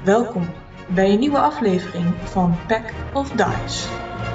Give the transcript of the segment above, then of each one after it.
Welkom bij een nieuwe aflevering van Pack of Dice.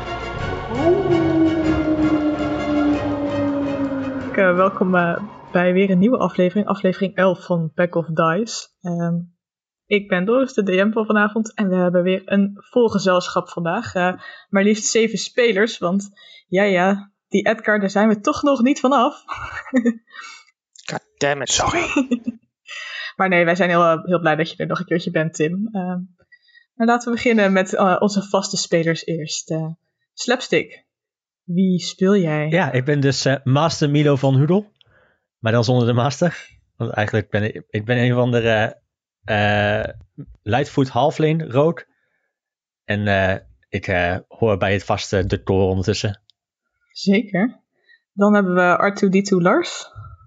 Welkom bij weer een nieuwe aflevering, aflevering 11 van Pack of Dice. Ik ben Doris, de DM van vanavond, en we hebben weer een vol gezelschap vandaag. Maar liefst 7 spelers, want ja, die Edgar, daar zijn we toch nog niet vanaf. Goddammit. Sorry. Maar nee, wij zijn heel blij dat je er nog een keertje bent, Tim. Maar laten we beginnen met onze vaste spelers eerst. Slapstick, wie speel jij? Ja, ik ben dus Master Milo van Hudel. Maar dan zonder de master. Want eigenlijk ben ik ben een van de Lightfoot Halfling rood. En ik hoor bij het vaste de toren ondertussen. Zeker. Dan hebben we R2D2 Lars.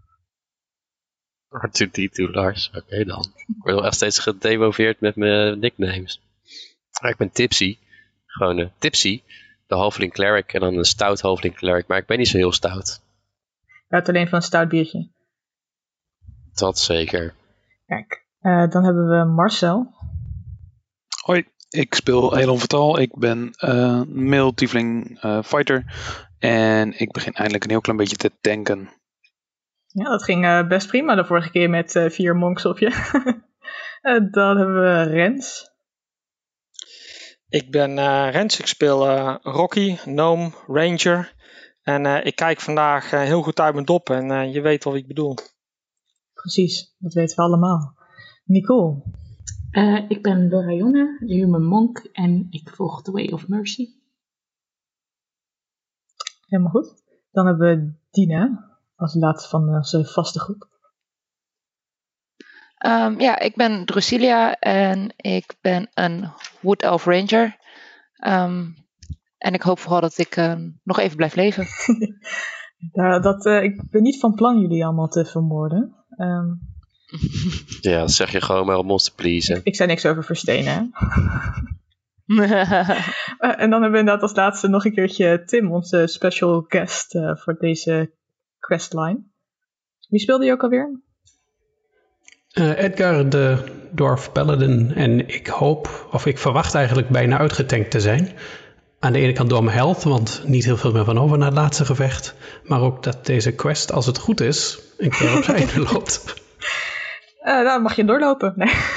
R2D2 Lars, oké dan. Ik word wel echt steeds gedemoveerd met mijn nicknames. Ik ben Tipsy. Gewoon Tipsy. De halfling cleric en dan een stout halfling cleric. Maar ik ben niet zo heel stout. Je houdt alleen van een stout biertje. Dat zeker. Kijk, dan hebben we Marcel. Hoi, ik speel Elon Vertal. Ik ben male tiefling fighter. En ik begin eindelijk een heel klein beetje te tanken. Ja, dat ging best prima de vorige keer met 4 monks op je. Dan hebben we Rens. Ik ben Rens, ik speel Rocky, Gnome, Ranger. En ik kijk vandaag heel goed uit mijn dop en je weet wel wie ik bedoel. Precies, dat weten we allemaal. Nicole. Ik ben Laura Jonge, de Human Monk, en ik volg The Way of Mercy. Helemaal goed. Dan hebben we Dina, als laatste van onze vaste groep. Ik ben Drusilia en ik ben een Wood Elf Ranger. En ik hoop vooral dat ik nog even blijf leven. Ik ben niet van plan jullie allemaal te vermoorden. Ja, dat zeg je gewoon maar om ons te pleasen. Ik zei niks over verstenen. En dan hebben we inderdaad als laatste nog een keertje Tim, onze special guest voor deze questline. Wie speelde je ook alweer? Edgar, de Dwarf Paladin. En ik verwacht eigenlijk bijna uitgetankt te zijn. Aan de ene kant door mijn health, want niet heel veel meer van over na het laatste gevecht. Maar ook dat deze quest, als het goed is, een keer op zijn einde loopt. Dan mag je doorlopen.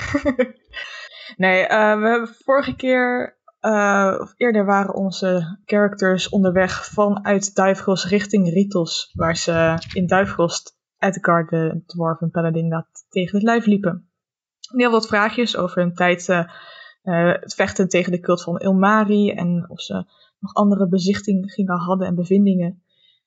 Nee, we hebben vorige keer, of eerder waren onze characters onderweg vanuit Duivegros richting Ritos. Waar ze in Duivegros Edgar, de Dwarven Paladin, tegen het lijf liepen. Die hadden wat vraagjes over hun tijd het vechten tegen de cult van Ilmari en of ze nog andere bezichtigingen hadden en bevindingen.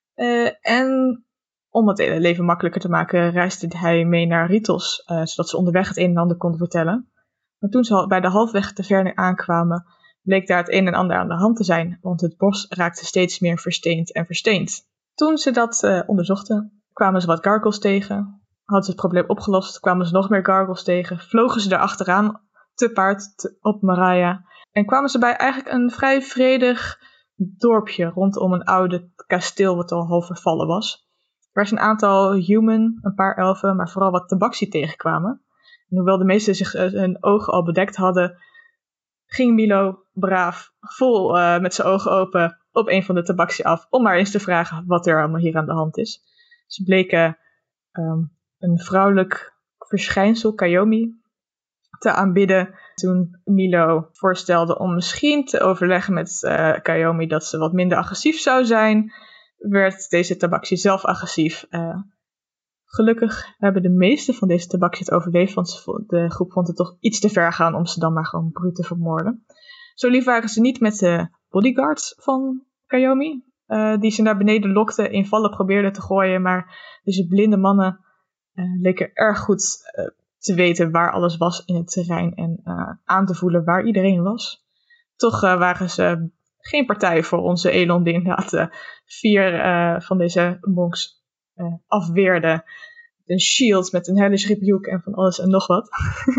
En om het leven makkelijker te maken reisde hij mee naar Ritos, zodat ze onderweg het een en ander konden vertellen. Maar toen ze bij de halfweg taverne aankwamen, bleek daar het een en ander aan de hand te zijn, want het bos raakte steeds meer versteend. Toen ze dat onderzochten, kwamen ze wat gargoyles tegen. Hadden ze het probleem opgelost, kwamen ze nog meer gargoyles tegen. Vlogen ze erachteraan, te paard, op Maraya. En kwamen ze bij eigenlijk een vrij vredig dorpje rondom een oude kasteel wat al half vervallen was. Waar ze een aantal human, een paar elfen, maar vooral wat tabaxi tegenkwamen. En hoewel de meesten zich hun ogen al bedekt hadden, ging Milo braaf, vol met zijn ogen open, op een van de tabaxi af, om maar eens te vragen wat er allemaal hier aan de hand is. Ze bleken een vrouwelijk verschijnsel, Kayomi, te aanbidden. Toen Milo voorstelde om misschien te overleggen met Kayomi dat ze wat minder agressief zou zijn, werd deze tabaxi zelf agressief. Gelukkig hebben de meeste van deze tabaxi het overleefd, want de groep vond het toch iets te ver gaan om ze dan maar gewoon bruut te vermoorden. Zo lief waren ze niet met de bodyguards van Kayomi, die ze naar beneden lokten, in vallen probeerden te gooien, maar deze blinde mannen leken erg goed te weten waar alles was in het terrein en aan te voelen waar iedereen was. Toch waren ze geen partij voor onze Elon, die inderdaad 4 van deze monks afweerde. Een shield met een hellish rebuke en van alles en nog wat.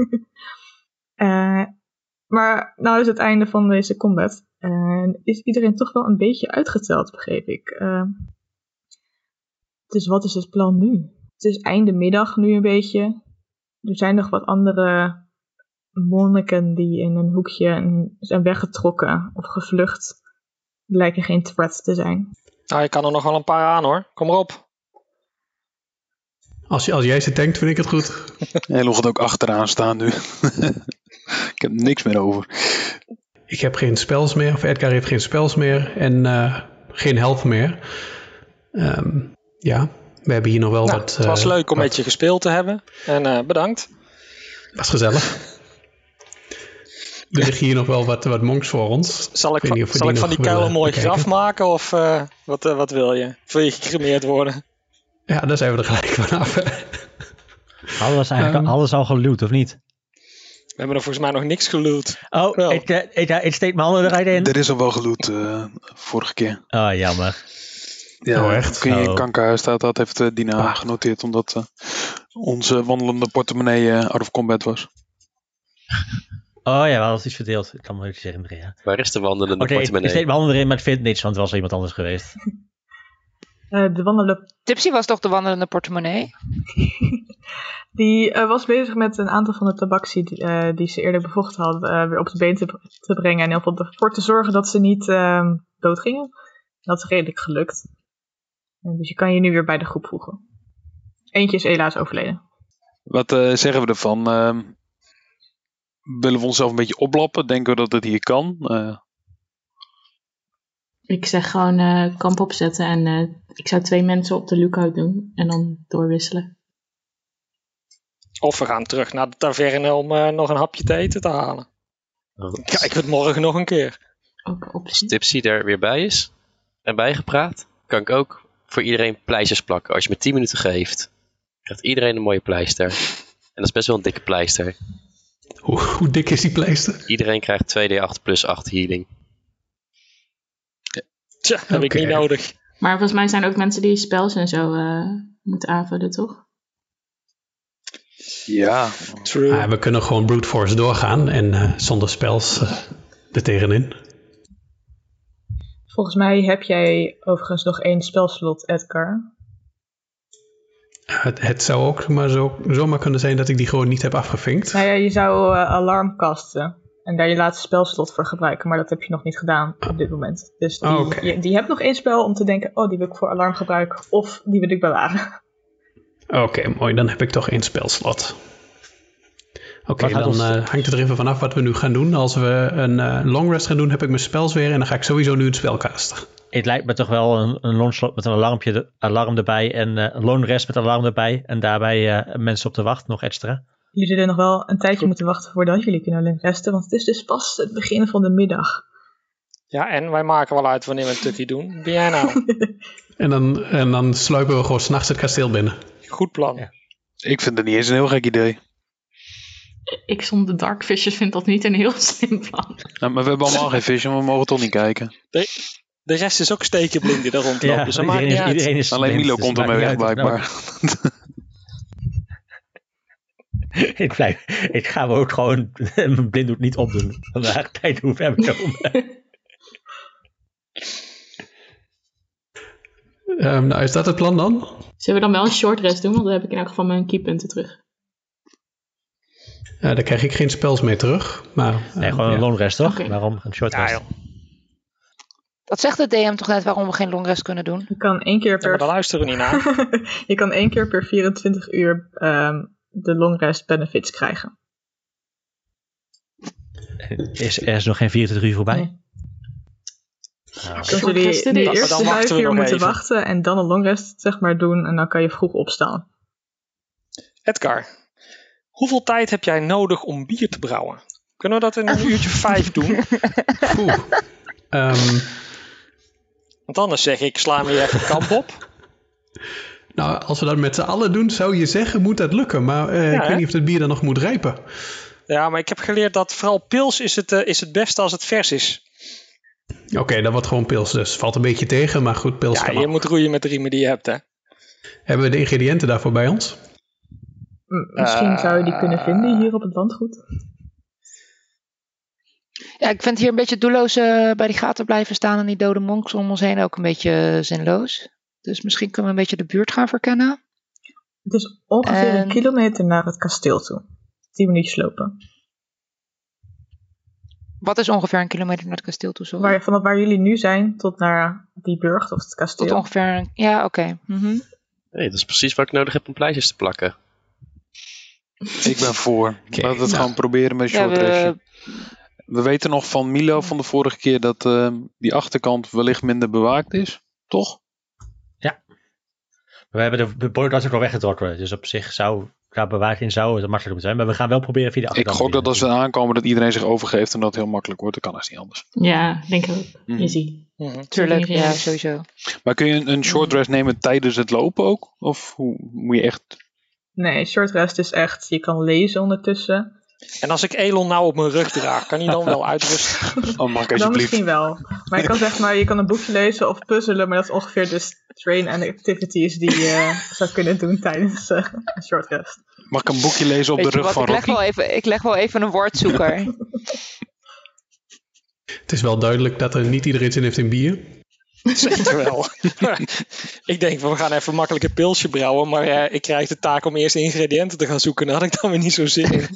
Maar nou is het einde van deze combat. Is iedereen toch wel een beetje uitgeteld, begreep ik. Dus wat is het plan nu? Het is einde middag nu een beetje. Er zijn nog wat andere monniken die in een hoekje zijn weggetrokken of gevlucht lijken geen threat te zijn. Nou, je kan er nog wel een paar aan hoor. Kom maar op. Als jij ze tankt, vind ik het goed. Helo gaat ook achteraan staan nu. Ik heb niks meer over. Ik heb geen spells meer, of Edgar heeft geen spells meer en geen health meer. Ja, we hebben hier nog wel wat... Het was leuk om met je gespeeld te hebben. En bedankt. Was gezellig. Er liggen hier nog wel wat monks voor ons. Zal ik van die kuil een mooi graf maken? Of wat wil je? Wil je gecremeerd worden? Ja, daar zijn we er gelijk vanaf. Alles al geloot, of niet? We hebben er volgens mij nog niks geloot. Oh, ik steek mijn handen eruit in. Er is al wel geloot vorige keer. Oh, jammer. Ja, echt? Kun je Kanka staat dat, heeft Dina genoteerd, omdat onze wandelende portemonnee out of combat was. Oh ja, we hadden iets verdeeld. Ik kan me niet zeggen. Ja. Waar is de wandelende portemonnee? Ik steek mijn handen erin, maar ik vind niets, want het was iemand anders geweest. De wandelende... Tipsy was toch de wandelende portemonnee? Die was bezig met een aantal van de tabaksie die ze eerder bevochten hadden weer op de been te brengen. En heel veel ervoor te zorgen dat ze niet doodgingen. Dat is redelijk gelukt. Dus je kan je nu weer bij de groep voegen. Eentje is helaas overleden. Wat zeggen we ervan? Willen we onszelf een beetje oplappen? Denken we dat het hier kan? Ik zeg gewoon kamp opzetten en ik zou 2 mensen op de lookout doen en dan doorwisselen. Of we gaan terug naar de taverne om nog een hapje te eten te halen. Kijk, het morgen nog een keer. Als Tipsy er weer bij is en bijgepraat, kan ik ook voor iedereen pleisters plakken. Als je me 10 minuten geeft, krijgt iedereen een mooie pleister. En dat is best wel een dikke pleister. Hoe dik is die pleister? Iedereen krijgt 2d8 plus 8 healing. Tja, heb ik niet nodig. Maar volgens mij zijn er ook mensen die spells en zo moeten aanvullen, toch? Ja. True. We kunnen gewoon brute force doorgaan en zonder spells er tegenin. Volgens mij heb jij overigens nog 1 spelslot, Edgar. Het zou ook maar zomaar kunnen zijn dat ik die gewoon niet heb afgevinkt. Nou ja, je zou alarm casten en daar je laatste spelslot voor gebruiken, maar dat heb je nog niet gedaan op dit moment. Dus die hebt nog 1 spel om te denken, die wil ik voor alarm gebruiken of die wil ik bewaren. Oké, mooi. Dan heb ik toch 1 spelslot. Oké, dan hangt het er even vanaf wat we nu gaan doen. Als we een long rest gaan doen, heb ik mijn spells weer en dan ga ik sowieso nu een spel casten. Het lijkt me toch wel een long slot met een alarm erbij en een long rest met een alarm erbij en daarbij mensen op de wacht nog extra. Jullie zullen nog wel een tijdje moeten wachten voordat jullie kunnen long resten, want het is dus pas het begin van de middag. Ja, en wij maken wel uit wanneer we een tukkie doen. Ben jij nou? En dan sluipen we gewoon 's nachts het kasteel binnen. Goed plan. Ja. Ik vind het niet eens een heel gek idee. Ik zonder Darkfishes vind dat niet een heel slim plan. Nou, maar we hebben allemaal geen vision, we mogen toch niet kijken. De rest is ook stekenblind die er rondloopt, dus dat maakt niet uit. Iedereen is Alleen Milo komt ermee weg, blijkbaar. Ik ga me ook gewoon mijn blinddoek niet opdoen. Vandaag tijd hoeven hebben komen. Nou, is dat het plan dan? Zullen we dan wel een short rest doen? Want dan heb ik in elk geval mijn keypunten terug. Daar krijg ik geen spells mee terug. Maar, Nee, gewoon een long rest, toch? Oké. Waarom een short rest? Ja, joh. Dat zegt de DM toch net waarom we geen long rest kunnen doen? Je kan 1 keer Ja, maar daar luisteren we niet naar. Je kan 1 keer per 24 uur de long rest benefits krijgen. Er is nog geen 24 uur voorbij? Nee. Short Dus jullie resten die dus. eerste Dan wachten 5 we uur nog moeten even. wachten en dan een long rest zeg maar doen en dan kan je vroeg opstaan. Edgar, hoeveel tijd heb jij nodig om bier te brouwen? Kunnen we dat in een uurtje 5 doen? Want anders zeg ik, sla me even kamp op. Nou, als we dat met z'n allen doen, zou je zeggen, moet dat lukken. Maar ik weet niet of het bier dan nog moet rijpen. Ja, maar ik heb geleerd dat vooral pils is het beste als het vers is. Oké, dat wordt gewoon pils, dus valt een beetje tegen. Maar goed, pils Ja, kan je ook. moet roeien met de riemen die je hebt, hè. Hebben we de ingrediënten daarvoor bij ons? Misschien zou je die kunnen vinden hier op het landgoed. Ja, ik vind het hier een beetje doelloos bij die gaten blijven staan en die dode monks om ons heen ook een beetje zinloos. Dus misschien kunnen we een beetje de buurt gaan verkennen. Het is ongeveer 1 kilometer naar het kasteel toe. 10 minuutjes lopen. Wat is ongeveer een kilometer naar het kasteel toe? Sorry? Vanaf waar jullie nu zijn tot naar die burcht of het kasteel. Tot ongeveer... Ja, oké. Mhm. Nee, dat is precies wat ik nodig heb om pleisters te plakken. Ik ben voor. Oké, Laten we het nou. gewoon proberen met een short restje. We weten nog van Milo van de vorige keer dat die achterkant wellicht minder bewaakt is. Toch? We hebben de boarders ook al weggetrokken. Dus op zich zou daar bewaking zou het makkelijker zijn. Maar we gaan wel proberen via de Ik achterkant. gok dat als we aankomen dat iedereen zich overgeeft en dat het heel makkelijk wordt. Dat kan als niet anders. Ja, denk ik ook. Mhm. Easy. Tuurlijk, Ja, ja, sowieso. Maar kun je een short rest nemen tijdens het lopen ook? Of hoe moet je echt... Nee, short rest is echt, je kan lezen ondertussen. En als ik Elon nou op mijn rug draag, kan hij dan wel uitrusten? Oh, mag ik Dan alsjeblieft? misschien wel. Maar je kan zeg maar, je kan een boekje lezen of puzzelen, maar dat is ongeveer de train en de activities die je zou kunnen doen tijdens een short rest. Mag ik een boekje lezen op Weet de je rug wat, van ik Rocky? leg wel even een woordzoeker. Het is wel duidelijk dat er niet iedereen zin heeft in bier. Zeker wel. Ik denk, we gaan even makkelijk een pilsje brouwen, maar ik krijg de taak om eerst de ingrediënten te gaan zoeken. Daar had ik dan weer niet zo zin in.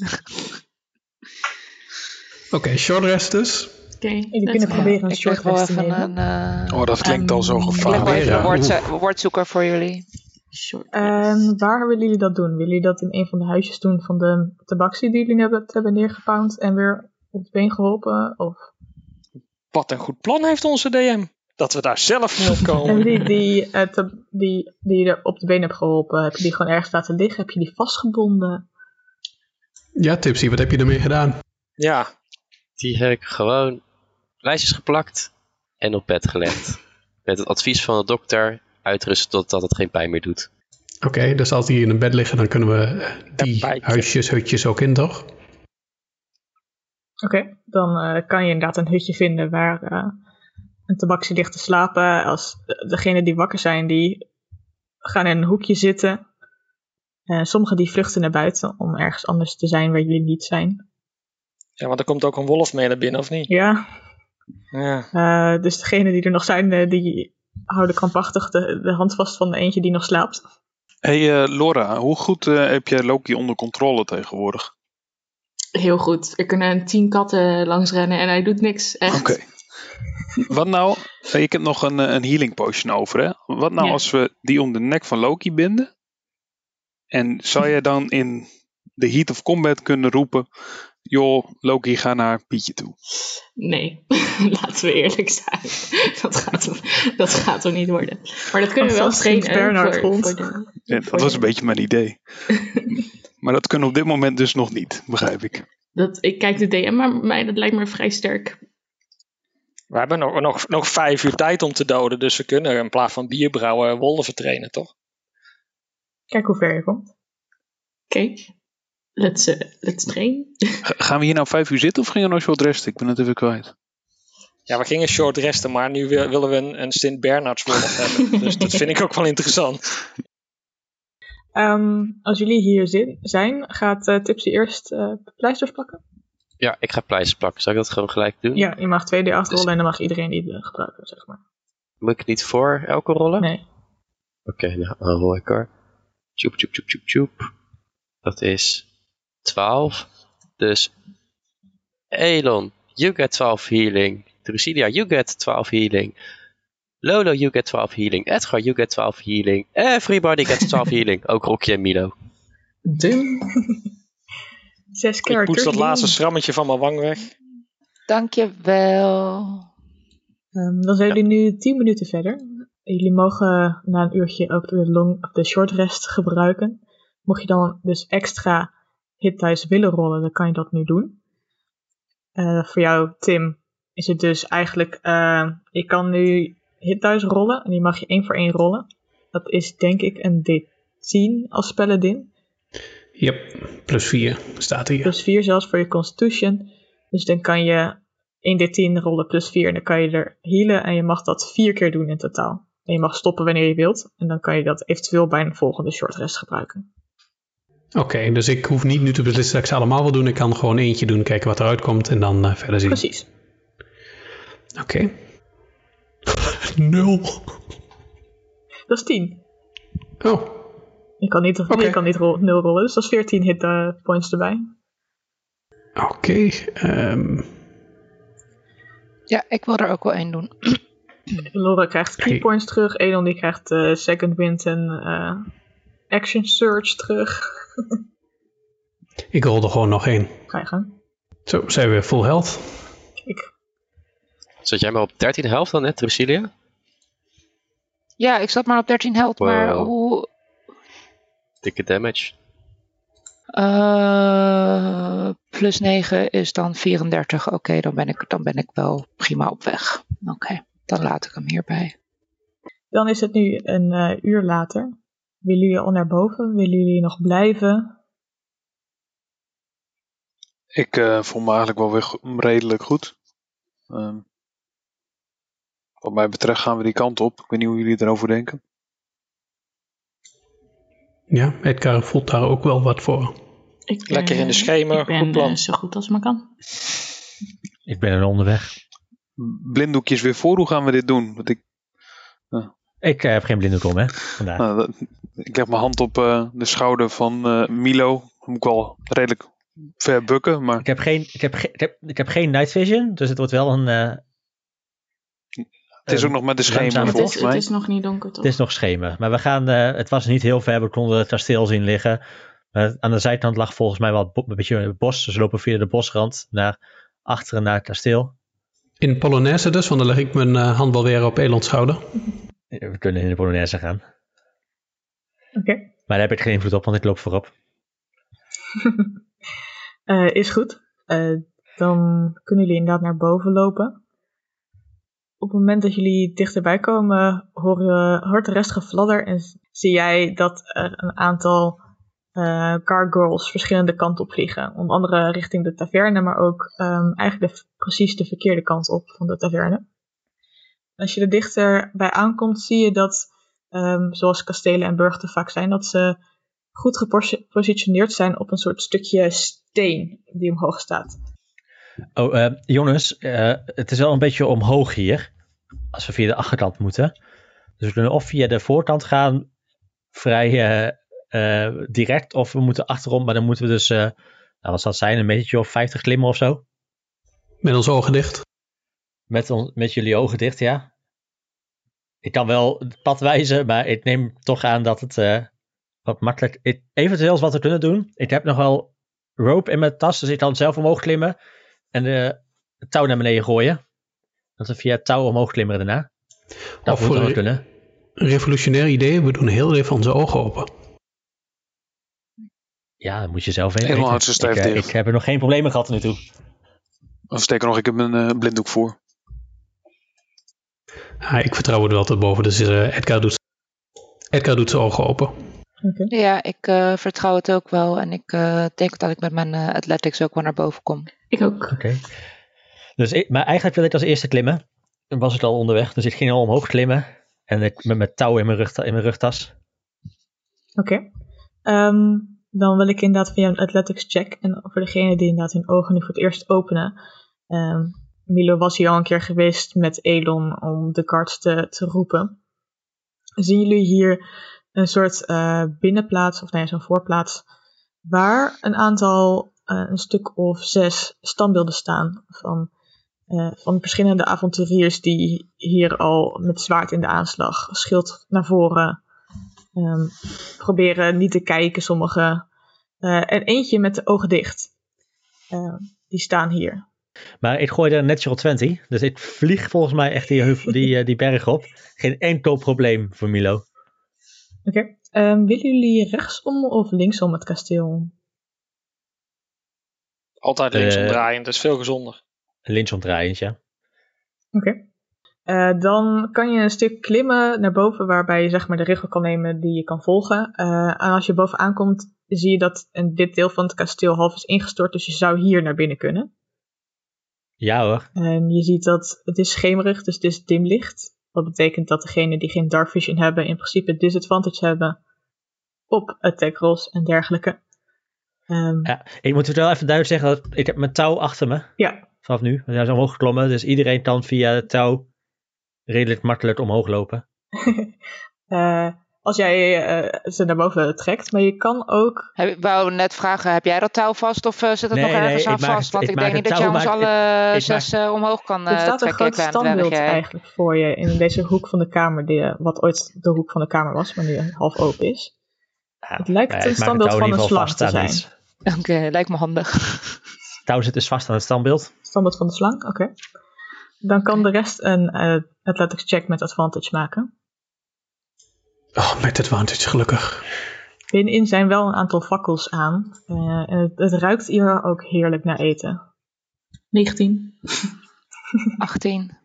Oké, short rest dus. Oké, Jullie kunnen proberen een Ik short leg wel rest te even nemen. een... Oh, dat klinkt al zo ik leg gevaarlijk. wel even Vera. een woordzoeker voor jullie. short Waar willen jullie dat doen? Willen jullie dat in een van de huisjes doen van de tabaxi die jullie hebben neergepound en weer op het been geholpen? Of Wat een goed plan heeft onze DM. Dat we daar zelf niet op en komen. die je er op de been hebt geholpen, heb je die gewoon ergens laten liggen? Heb je die vastgebonden? Ja, Tipsy, wat heb je ermee gedaan? Ja, Die heb ik gewoon lijstjes geplakt en op bed gelegd. Met het advies van de dokter uitrusten totdat het geen pijn meer doet. Oké, dus als die in een bed liggen, dan kunnen we die bijtje. huisjes, hutjes ook in, toch? Oké, dan kan je inderdaad een hutje vinden waar een tabaxi ligt te slapen. Als degenen die wakker zijn, die gaan in een hoekje zitten. Sommigen die vluchten naar buiten om ergens anders te zijn waar jullie niet zijn. ja, want er komt ook een wolf mee naar binnen, of niet? Ja, Ja. dus degenen die er nog zijn, die houden krampachtig de hand vast van de eentje die nog slaapt. Hey Laura, hoe goed heb jij Loki onder controle tegenwoordig? Heel goed. Er kunnen 10 katten langs rennen en hij doet niks. Echt. Oké. Wat nou, ik heb nog een healing potion over, hè? Wat nou Ja. als we die om de nek van Loki binden? En zou jij dan in de heat of combat kunnen roepen, joh, Loki, ga naar Pietje toe? Nee, laten we eerlijk zijn. Dat gaat er niet worden. Maar dat kunnen we wel Als Prins trainen. Bernhard voor komt. Ja, dat was een beetje mijn idee. Maar dat kunnen we op dit moment dus nog niet, begrijp ik. Ik kijk de DM, maar mij, dat lijkt me vrij sterk. We hebben nog 5 uur tijd om te doden, dus we kunnen in plaats van bier brouwen wolven trainen, toch? Kijk hoe ver je komt. Oké, let's train. Gaan we hier nou 5 uur zitten of gingen we nou short resten? Ik ben het even kwijt. Ja, we gingen short resten, maar nu willen we een Sint Bernards wolf hebben. Dus dat vind ik ook wel interessant. Als jullie hier zijn, gaat Tipsy eerst pleisters plakken? Ja, ik ga pleisters plakken. Zou ik dat gewoon gelijk doen? Ja, je mag 2d8 rollen en dan mag iedereen die gebruiken, zeg maar. Moet ik niet voor elke rollen? Nee. Oké, nou dan rol ik er. Tjoep, tjoep, tjoep, tjoep, tjoep. Dat is 12. Dus Elon, you get 12 healing. Drusilia, you get 12 healing. Lolo, you get 12 healing. Edgar, you get 12 healing. Everybody gets 12 healing. Ook Rocky en Milo. Dum. 6 Ik characters. poets dat laatste schrammetje van mijn wang weg. Dankjewel. Dan zijn jullie nu 10 minuten verder. Jullie mogen na een uurtje ook de short rest gebruiken. Mocht je dan dus extra hit dice willen rollen, dan kan je dat nu doen. Voor jou, Tim, is het dus eigenlijk... je kan nu hit dice rollen en die mag je 1 voor 1 rollen. Dat is denk ik een D10 als paladin. Yep, +4 staat hier. +4 zelfs voor je constitution. Dus dan kan je 1d10 rollen +4 en dan kan je er healen. En je mag dat 4 keer doen in totaal. En je mag stoppen wanneer je wilt. En dan kan je dat eventueel bij een volgende short rest gebruiken. Oké, dus ik hoef niet nu te beslissen dat ik ze allemaal wil doen. Ik kan gewoon eentje doen, kijken wat eruit komt en dan verder zien. Precies. Oké. 0. Dat is 10. Oh, Je kan niet, Oké. je kan niet 0 rollen, dus dat is 14 hit points erbij. oké. Ja, ik wil er ook wel 1 doen. Laura krijgt keypoints terug. Elon die krijgt second wind en action surge terug. Ik rol er gewoon nog 1. Ga je gang. Zo, zijn we weer full health. Kijk. Zat jij maar op 13 helft dan net, Drusilia? Ja, ik zat maar op 13 health, maar Wow. hoe... Dikke damage. Plus 9 is dan 34. Oké, dan ben ik wel prima op weg. Oké, dan laat ik hem hierbij. Dan is het nu een uur later. Willen jullie al naar boven? Willen jullie nog blijven? Ik voel me eigenlijk wel weer redelijk goed. Wat mij betreft gaan we die kant op. Ik weet niet hoe jullie erover denken. Ja, Edgar voelt daar ook wel wat voor. Lekker in de schemer, Ik ben goed plan. zo goed als maar kan. Ik ben er onderweg. Blinddoekjes weer voor, hoe gaan we dit doen? Want Ik heb geen blinddoek om, hè, vandaag. ik leg mijn hand op de schouder van Milo. Dan moet ik wel redelijk ver bukken, maar... Ik heb geen night vision, dus het wordt wel een... Het is ook nog met de schemer langzaam- volgens mij. Het is nog niet donker, toch? Het is nog schemer. Maar we gaan... het was niet heel ver, we konden het kasteel zien liggen. Aan de zijkant lag volgens mij wel een beetje een bos. Dus we lopen via de bosrand naar achteren naar het kasteel. In Polonaise dus, want dan leg ik mijn hand wel weer op Elons schouder. We kunnen in de Polonaise gaan. Oké. Maar daar heb ik geen invloed op, want ik loop voorop. Is goed. Dan kunnen jullie inderdaad naar boven lopen. Op het moment dat jullie dichterbij komen, hoort de rest gefladder en zie jij dat er een aantal gargoyles verschillende kanten op vliegen. Onder andere richting de taverne, maar ook eigenlijk precies de verkeerde kant op van de taverne. Als je er dichterbij aankomt, zie je dat, zoals kastelen en burchten vaak zijn, dat ze goed gepositioneerd zijn op een soort stukje steen die omhoog staat. Oh, jongens, het is wel een beetje omhoog hier. Als we via de achterkant moeten. Dus we kunnen of via de voorkant gaan, vrij direct, of we moeten achterom, maar dan moeten we dus, wat zal het zijn, een metertje of 50 klimmen of zo. Met onze ogen dicht. Met jullie ogen dicht, ja. Ik kan wel het pad wijzen, maar ik neem toch aan dat het wat makkelijk... Eventueel wat we kunnen doen. Ik heb nog wel rope in mijn tas, dus ik kan zelf omhoog klimmen en het touw naar beneden gooien. Dat we via het touw omhoog klimmen daarna. Dat Of moet voor wel kunnen. een revolutionair idee, we doen heel even onze ogen open. Ja, dat moet je zelf Helemaal weten. houdt ze stijf dicht. Ik heb er nog geen problemen gehad tot nu toe. Of sterker nog, ik heb een blinddoek voor. Ik vertrouw het wel tot boven, dus Edgar doet zijn ogen open. Okay. Ja, ik vertrouw het ook wel. En ik denk dat ik met mijn athletics ook wel naar boven kom. Ik ook. Oké. Dus maar eigenlijk wil ik als eerste klimmen. Dan was ik al onderweg, dus ik ging al omhoog klimmen. En ik met mijn touw in mijn rugtas. Oké. Dan wil ik inderdaad via een athletics check. En voor degene die inderdaad hun ogen nu voor het eerst openen. Milo was hier al een keer geweest met Elon om de guards te roepen. Zien jullie hier een soort binnenplaats, of nee, zo'n voorplaats, waar een aantal, een stuk of 6 standbeelden staan van verschillende avonturiers die hier al met zwaard in de aanslag, schild naar voren, proberen niet te kijken, sommigen. En eentje met de ogen dicht. Die staan hier. Maar ik gooi er een natural 20, dus ik vlieg volgens mij echt die berg op. Geen enkel probleem voor Milo. Oké. Willen jullie rechtsom of linksom het kasteel? Altijd linksom draaien, dat is veel gezonder. Linksom draaiend, ja. Oké. Dan kan je een stuk klimmen naar boven, waarbij je zeg maar de richting kan nemen die je kan volgen. En als je bovenaan komt, zie je dat dit deel van het kasteel half is ingestort, dus je zou hier naar binnen kunnen. Ja hoor. En je ziet dat het is schemerig, dus het is dim licht. Wat betekent dat degenen die geen dark vision hebben in principe disadvantage hebben op attack rolls en dergelijke. Ja, ik moet het wel even duidelijk zeggen dat ik heb mijn touw achter me. Ja. Vanaf nu. We zijn zo omhoog geklommen, dus iedereen kan via het touw redelijk makkelijk omhoog lopen. als jij ze naar boven trekt. Maar je kan ook... Ik wou net vragen, heb jij dat touw vast of zit het nog ergens aan vast? Want ik denk niet dat jij ons alle 6 omhoog kan er staat een trekken. groot standbeeld eigenlijk voor je in deze hoek van de kamer, wat ooit de hoek van de kamer was, maar nu half open is. Het lijkt een standbeeld van een slang te zijn. Oké, lijkt me handig. Het touw zit dus vast aan het standbeeld. Standbeeld van de slang, oké. Dan kan de rest een athletics check met advantage maken. Oh, met advantage, gelukkig. Binnenin zijn wel een aantal fakkels aan. En het ruikt hier ook heerlijk naar eten. 19. 18.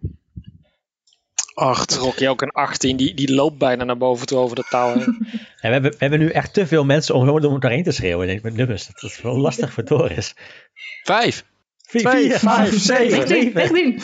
8. Rocky ook een 18, die loopt bijna naar boven toe over de touw heen. En we hebben nu echt te veel mensen om gewoon doorheen te schreeuwen, denk ik, met nummers. Dat is wel lastig voor Doris. 5. 2, 5, 7. 19.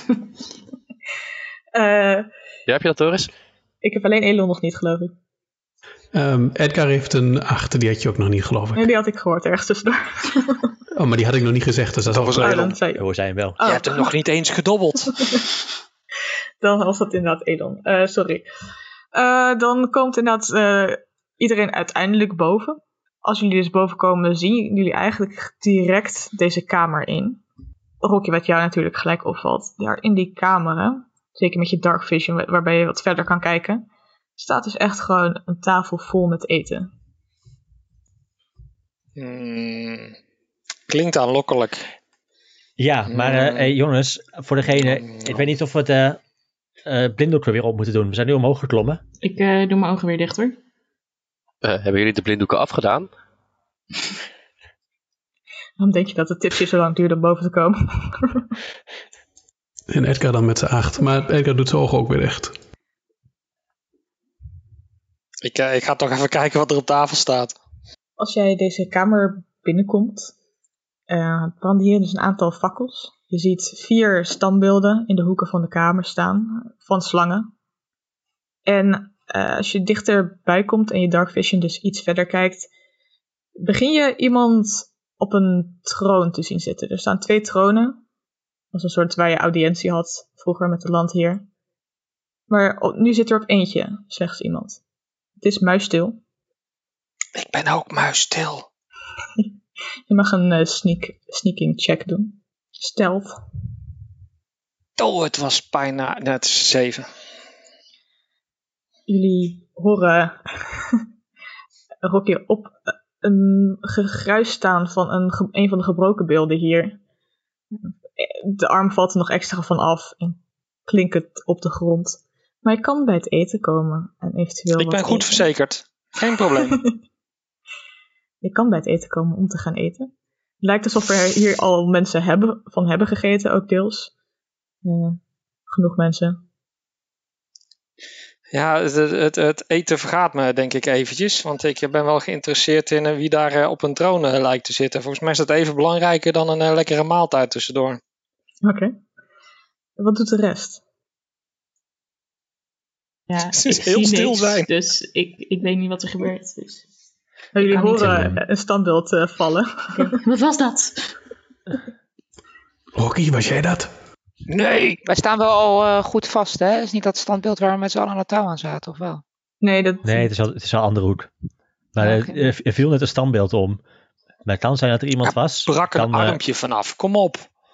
Ja, heb je dat, Doris? Ik heb alleen Elon nog niet, geloof ik. Edgar heeft een 8, die had je ook nog niet, geloof ik. Nee, die had ik gehoord ergens tussendoor. Oh, maar die had ik nog niet gezegd, dus dat was Elon. We zijn wel. Je hebt hem nog niet eens gedobbeld. Dan was dat inderdaad Elon. Sorry. Dan komt inderdaad iedereen uiteindelijk boven. Als jullie dus boven komen, zien jullie eigenlijk direct deze kamer in. Rocky, wat jou natuurlijk gelijk opvalt. Daar in die kamer, zeker met je dark vision, waarbij je wat verder kan kijken, staat dus echt gewoon een tafel vol met eten. Klinkt aanlokkelijk. Ja, maar jongens, voor degene... Ik weet niet of we het blinddoek er weer op moeten doen. We zijn nu omhoog geklommen. Ik doe mijn ogen weer dicht, hoor. Hebben jullie de blinddoeken afgedaan? Dan denk je dat het tipsje zo lang duurde om boven te komen. En Edgar dan met zijn 8. Maar Edgar doet zijn ogen ook weer dicht. Ik ga toch even kijken wat er op tafel staat. Als jij deze kamer binnenkomt, branden hier dus een aantal fakkels. Je ziet 4 standbeelden in de hoeken van de kamer staan, van slangen. En als je dichterbij komt en je dark vision dus iets verder kijkt, begin je iemand op een troon te zien zitten. Er staan 2 tronen. Dat was een soort waar je audiëntie had vroeger met de landheer. Maar nu zit er op eentje slechts iemand. Het is muisstil. Ik ben ook muisstil. Je mag een sneaking check doen. Stealth. Oh, het was bijna... Nee, het is 7. Jullie horen Rocky op een gegruis staan van een van de gebroken beelden hier. De arm valt er nog extra van af en klinkt het op de grond. Maar je kan bij het eten komen en eventueel Ik ben goed verzekerd. Geen probleem. Je kan bij het eten komen om te gaan eten. Het lijkt alsof er hier al mensen hebben gegeten, ook deels. Genoeg mensen. Ja, het eten vergaat me denk ik eventjes. Want ik ben wel geïnteresseerd in wie daar op een troon lijkt te zitten. Volgens mij is dat even belangrijker dan een lekkere maaltijd tussendoor. Oké. Wat doet de rest? Ja, Ze is heel stil zijn. Dus ik weet niet wat er gebeurt. Dus. Jullie horen een standbeeld vallen. Okay. Wat was dat? Rocky, was jij dat? Nee! Wij staan wel al goed vast, hè? Het is niet dat standbeeld waar we met z'n allen aan het touw aan zaten, of wel? Nee, het is wel een andere hoek. Maar er viel net een standbeeld om. Maar het kan zijn dat er iemand was. Brak een armpje vanaf, kom op.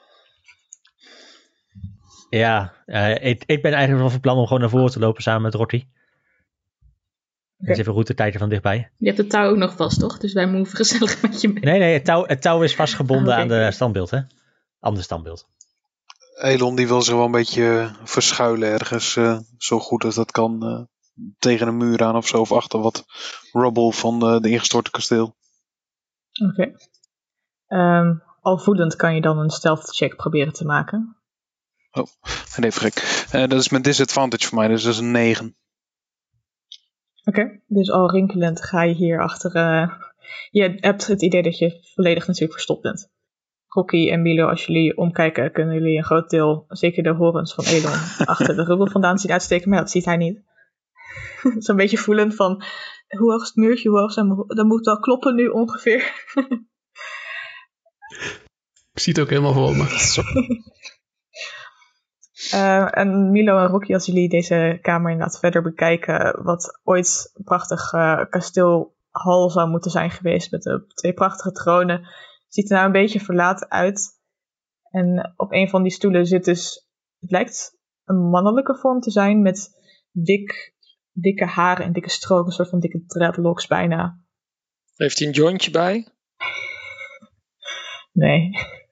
Ja, ik ben eigenlijk wel van plan om gewoon naar voren te lopen samen met Rocky. Dus even route kijken van dichtbij. Je hebt het touw ook nog vast, toch? Dus wij moeven gezellig met je mee. Nee, het touw is vastgebonden aan de standbeeld, hè? Ander standbeeld. Elon die wil zich wel een beetje verschuilen ergens. Zo goed als dat kan. Tegen een muur aan of zo. Of achter wat rubble van de ingestorte kasteel. Oké. Al voelend kan je dan een stealth check proberen te maken. Oh, nee, vergek. Dat is met disadvantage voor mij, dus dat is een 9. Oké, dus al rinkelend ga je hier achter... je hebt het idee dat je volledig natuurlijk verstopt bent. Rocky en Milo, als jullie omkijken, kunnen jullie een groot deel, zeker de horens van Elon, achter de rubbel vandaan zien uitsteken, maar dat ziet hij niet. Zo'n beetje voelend van, hoe hoog is het muurtje, hoe hoog zijn dat moet wel kloppen nu ongeveer. Ik zie het ook helemaal voor me. En Milo en Rocky, als jullie deze kamer inderdaad verder bekijken, wat ooit een prachtig kasteelhal zou moeten zijn geweest met de 2 prachtige tronen, ziet er nou een beetje verlaten uit. En op een van die stoelen zit dus, het lijkt een mannelijke vorm te zijn met dikke haren en dikke stroken, een soort van dikke dreadlocks bijna. Heeft hij een jointje bij? Nee.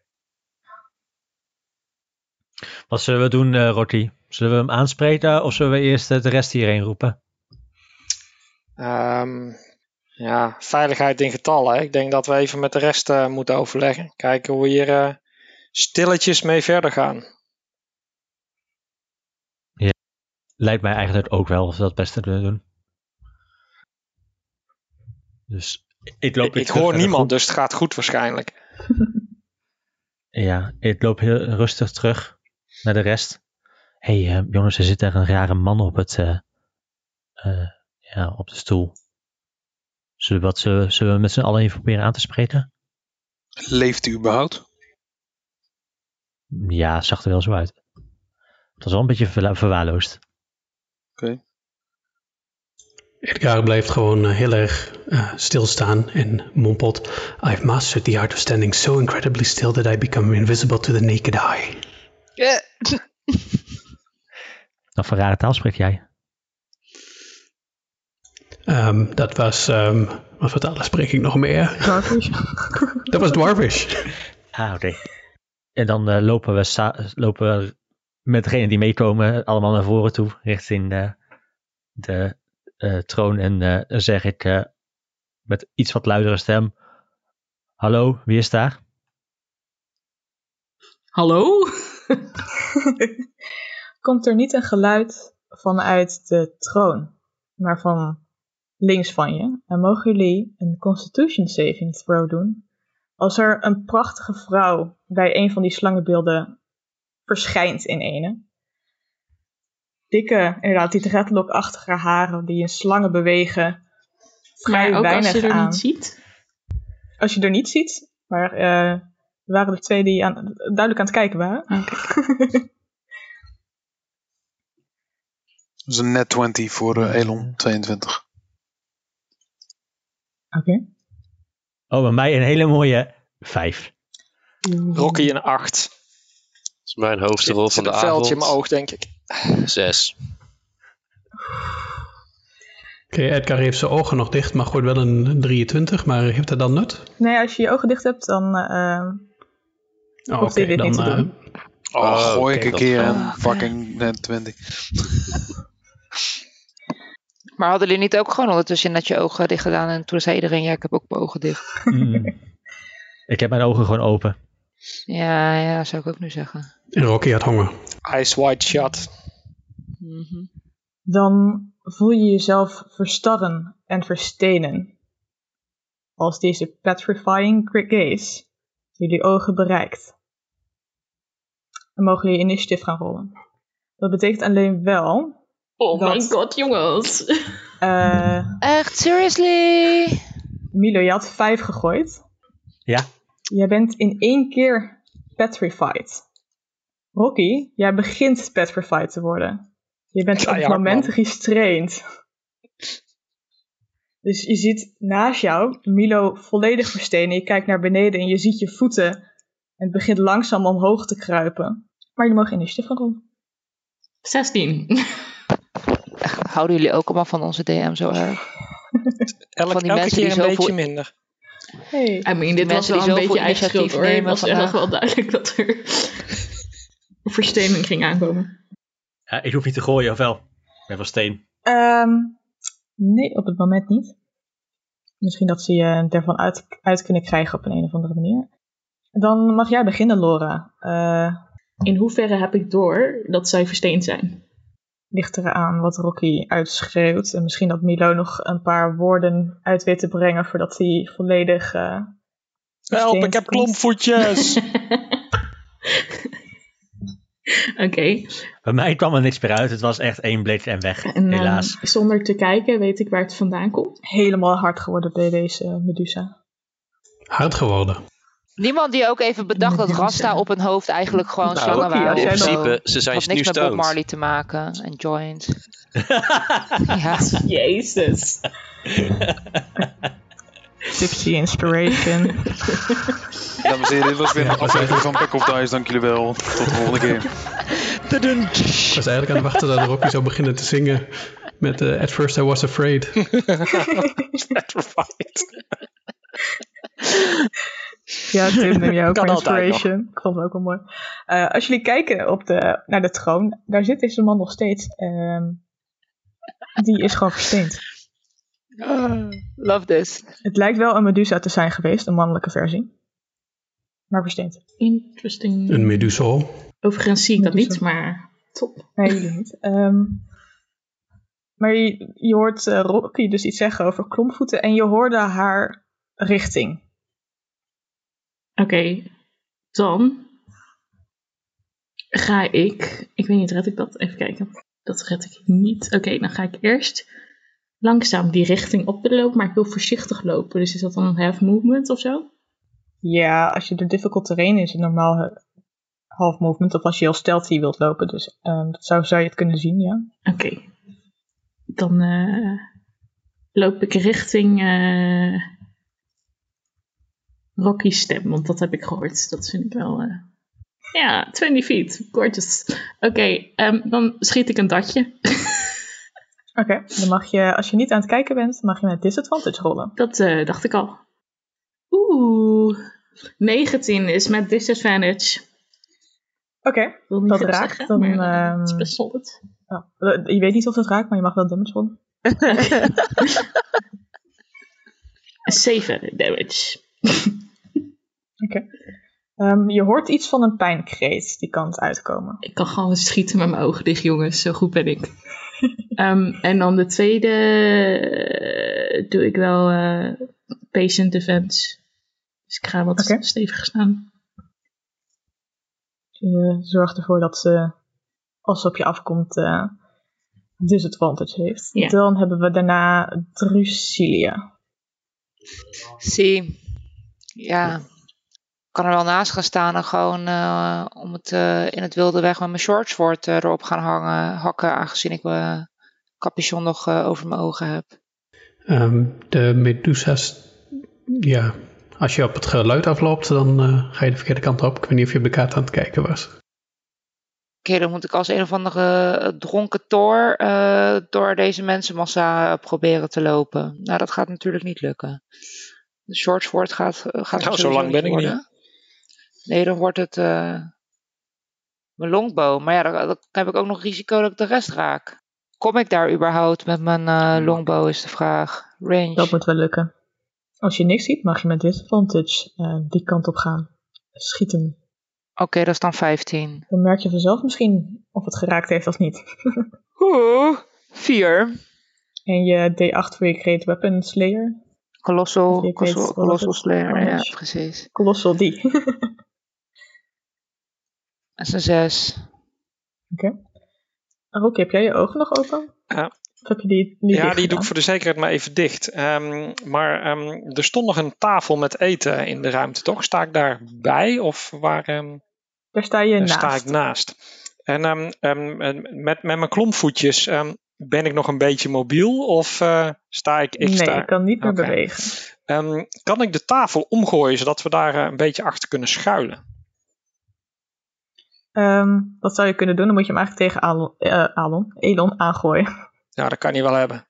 Wat zullen we doen, Rocky? Zullen we hem aanspreken of zullen we eerst de rest hierheen roepen? Veiligheid in getallen. Hè? Ik denk dat we even met de rest moeten overleggen. Kijken hoe we hier stilletjes mee verder gaan. Ja, lijkt mij eigenlijk ook wel of we dat het beste kunnen doen. Dus ik hoor niemand, dus het gaat goed waarschijnlijk. Ja, ik loop heel rustig terug naar de rest. Hé, jongens, er zit daar een rare man op op de stoel. Zullen we met z'n allen even proberen aan te spreken? Leeft u überhaupt? Ja, zag er wel zo uit. Het was wel een beetje verwaarloosd. Oké. Edgar blijft gewoon heel erg stilstaan en mompelt: I've mastered the art of standing so incredibly still that I become invisible to the naked eye. Wat voor rare taal spreek jij? Dat was... wat voor talen spreek ik nog meer? Dwarvish. Dat was Dwarvish. Oké. En dan lopen we met degenen die meekomen allemaal naar voren toe, richting de troon. En dan zeg ik met iets wat luidere stem: hallo, wie is daar? Hallo? Komt er niet een geluid vanuit de troon, maar van links van je. En mogen jullie een Constitution saving throw doen als er een prachtige vrouw bij een van die slangenbeelden verschijnt in ene. Dikke, inderdaad, die dreadlock-achtige haren die in slangen bewegen. Vrij Maar ook weinig als je er aan. niet ziet? Als je er niet ziet, maar er waren er 2 die duidelijk aan het kijken waren. Okay. Dat is een net 20 voor Elon, 22. Oké. Oh, bij mij een hele mooie 5. Rocky een 8. Dat is mijn hoofdrol van de een veldje avond. in mijn oog, denk ik. 6. Oké, Edgar heeft zijn ogen nog dicht, maar gooit wel een 23. Maar heeft dat dan nut? Nee, als je je ogen dicht hebt, dan hoeft hij dit niet te doen. Gooi ik oké, een keer dat een fucking net 20. Maar hadden jullie niet ook gewoon ondertussen net je ogen dicht gedaan en toen zei iedereen, ja, ik heb ook mijn ogen dicht. Ik heb mijn ogen gewoon open. Ja, zou ik ook nu zeggen. En Rocky had honger. Eyes wide shut. Dan voel je jezelf verstarren en verstenen. Als deze petrifying gaze jullie ogen bereikt. Dan mogen jullie initiatief gaan rollen. Dat betekent alleen wel... Oh dat, my god, jongens. Echt, seriously? Milo, je had 5 gegooid. Ja. Jij bent in 1 keer petrified. Rocky, jij begint petrified te worden. Je bent op het moment restrained. Dus je ziet naast jou Milo volledig verstenen. Je kijkt naar beneden en je ziet je voeten. En het begint langzaam omhoog te kruipen. Maar je mag initiatief gaan doen. 16. Houden jullie ook allemaal van onze DM zo erg? Elke keer een beetje minder. Hey. I mean, dit was wel een beetje eigen schuld hoor. Het was echt wel duidelijk dat er verstening ging aankomen. Ja, ik hoef niet te gooien, of wel? Ik ben van steen. Nee, op het moment niet. Misschien dat ze je ervan uit kunnen krijgen op een of andere manier. Dan mag jij beginnen, Laura. In hoeverre heb ik door dat zij versteend zijn? Ligt eraan wat Rocky uitschreeuwt. En misschien dat Milo nog een paar woorden uit weet te brengen voordat hij volledig... Help, ik heb klompvoetjes! Oké. Bij mij kwam er niks meer uit. Het was echt 1 blik en weg, En, helaas. Zonder te kijken weet ik waar het vandaan komt. Helemaal hard geworden bij deze Medusa. Hard geworden. Niemand die ook even bedacht dat Rasta op hun hoofd eigenlijk gewoon slangen Rocky, waren. als jij of in dan- zo. principe, ze zijn Had nu niks met Bob stoned. Marley te maken en joints. Ja. Jezus. Tipsy inspiration. Dames en heren, dit was weer Ja, een aflevering van Pack of Dice. Dank jullie wel. Tot de volgende keer. Ik was eigenlijk aan het wachten dat Rocky zou beginnen te zingen met At First I Was Afraid. Petrified. Ja, Tim, neem jij ook Kan voor altijd inspiration. Ik vond het ook wel mooi. Als jullie kijken naar de troon, daar zit deze man nog steeds. Die is gewoon versteend. Love this. Het lijkt wel een Medusa te zijn geweest, een mannelijke versie. Maar versteend. Interesting. Een Medusa. Overigens zie ik dat Medusa. niet, maar top. Nee, jullie niet. Maar je hoort Rocky dus iets zeggen over klompvoeten en je hoorde haar richting. Oké, dan ga ik weet niet, red ik dat? Even kijken. Dat red ik niet. Oké, dan ga ik eerst langzaam die richting op te lopen, maar ik wil voorzichtig lopen. Dus is dat dan een half movement of zo? Ja, als je de difficult terrain is, het normaal half movement. Of als je heel stealthy wilt lopen. Dus dat zou je het kunnen zien, ja. Oké. Dan loop ik richting Rocky's stem, want dat heb ik gehoord. Dat vind ik wel... Ja, 20 feet. Gorgeous. Oké, dan schiet ik een datje. Oké, dan mag je, als je niet aan het kijken bent, mag je met disadvantage rollen. Dat dacht ik al. Oeh, 19 is met disadvantage. Oké, Wil niet dat veel raakt. zeggen, Dan, maar het is best solid. je weet niet of het raakt, maar je mag wel damage rollen. 7 damage. Oké. Je hoort iets van een pijnkreet die kant uitkomen. Ik kan gewoon schieten met mijn ogen dicht, jongens. Zo goed ben ik. En dan de tweede doe ik wel patient defense. Dus ik ga wat Oké. steviger staan. Je zorgt ervoor dat ze, als ze op je afkomt, disadvantage heeft. Ja. Dan hebben we daarna Drusilia. Zie. Ja. Ik kan er wel naast gaan staan en gewoon om het in het wilde weg met mijn shortsword erop gaan hakken, aangezien ik mijn capuchon nog over mijn ogen heb. De Medusa's, ja, als je op het geluid afloopt, dan ga je de verkeerde kant op. Ik weet niet of je op de kaart aan het kijken was. Oké, dan moet ik als een of andere dronken Thor door deze mensenmassa proberen te lopen. Nou, dat gaat natuurlijk niet lukken. De shortsword gaat Nou, zo lang ben ik niet. Nee, dan wordt het mijn longbow. Maar ja, dan heb ik ook nog risico dat ik de rest raak. Kom ik daar überhaupt met mijn longbow is de vraag. Range. Dat moet wel lukken. Als je niks ziet, mag je met disadvantage die kant op gaan. Schieten. Oké, dat is dan 15. Dan merk je vanzelf misschien of het geraakt heeft of niet. Oeh, 4. En je D8 voor je Great Weapon Slayer. Colossal Je weet wat Colossal het Slayer, ja, is. precies. Colossal die. Dat is een 6. Oké. Rocky, heb jij je ogen nog open? Ja. Of heb je die niet Ja, dicht die doe ik gedaan? voor de zekerheid maar even dicht. Maar er stond nog een tafel met eten in de ruimte, toch? Sta ik daarbij? Of waar Daar sta je daar naast. sta ik naast? En met mijn klompvoetjes ben ik nog een beetje mobiel? Of sta ik... Nee, sta... ik kan niet meer Oké. bewegen. Kan ik de tafel omgooien, zodat we daar een beetje achter kunnen schuilen? Wat zou je kunnen doen? Dan moet je hem eigenlijk tegen Elon aangooien. Ja, dat kan hij wel hebben.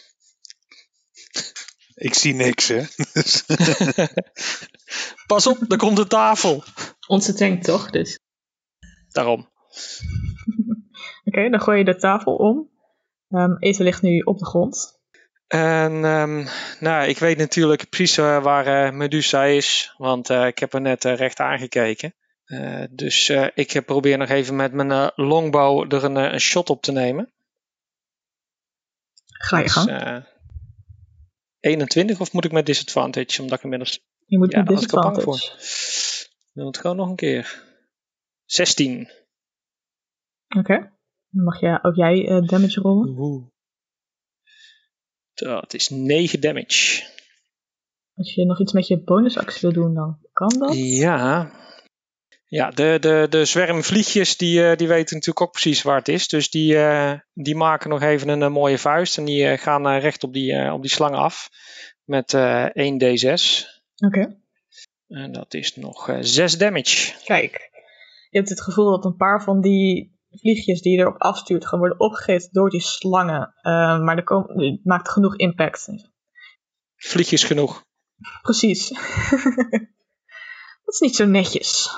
Ik zie niks, hè. Dus- Pas op, er komt de tafel. Onze tank toch, dus. Daarom. Oké, dan gooi je de tafel om. Eten ligt nu op de grond. En nou, ik weet natuurlijk precies waar Medusa is, want ik heb er net recht aangekeken. Dus ik probeer nog even met mijn longbow er een shot op te nemen. Ga je Dus, gang. 21 of moet ik met disadvantage, omdat ik inmiddels... Je moet ja, met daar was ik al bang disadvantage. Dan moet het gewoon nog een keer. 16. Oké. Dan mag ook jij damage rollen. Dat is 9 damage. Als je nog iets met je bonusactie wil doen, dan kan dat. Ja, de zwermvliegjes die weten natuurlijk ook precies waar het is. Dus die maken nog even een mooie vuist. En die gaan recht op die slang af. Met 1d6. Oké. En dat is nog 6 damage. Kijk, je hebt het gevoel dat een paar van die vliegjes die je erop afstuurt gaan worden opgegeten door die slangen. Maar het maakt genoeg impact. Vliegjes genoeg. Precies. Dat is niet zo netjes.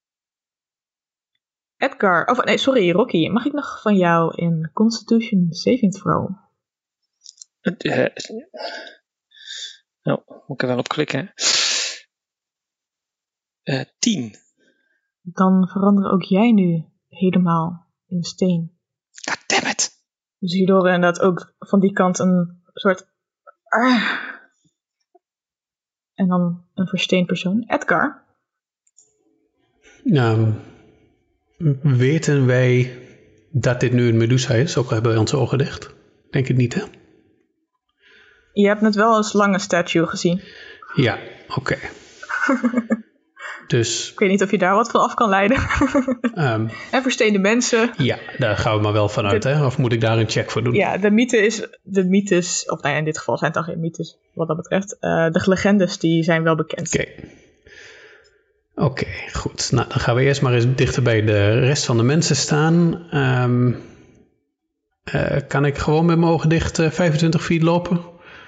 Edgar, Rocky. Mag ik nog van jou in Constitution Saving Throw? Moet ik er wel op klikken. 10. Dan veranderen ook jij nu helemaal in steen. Goddammit. Dus hierdoor inderdaad ook van die kant een soort... En dan een versteend persoon. Edgar? Weten wij dat dit nu een Medusa is? Ook al hebben wij onze ogen dicht. Denk het niet, hè? Je hebt net wel een slangenstatue gezien. Ja, oké. Dus... Ik weet niet of je daar wat van af kan leiden. En versteende mensen. Ja, daar gaan we maar wel vanuit, hè? Of moet ik daar een check voor doen? Ja, de mythes, of in dit geval zijn het dan geen mythes wat dat betreft. De legendes die zijn wel bekend. Oké, goed. Nou, dan gaan we eerst maar eens dichter bij de rest van de mensen staan. Kan ik gewoon met mijn ogen dicht 25 feet lopen?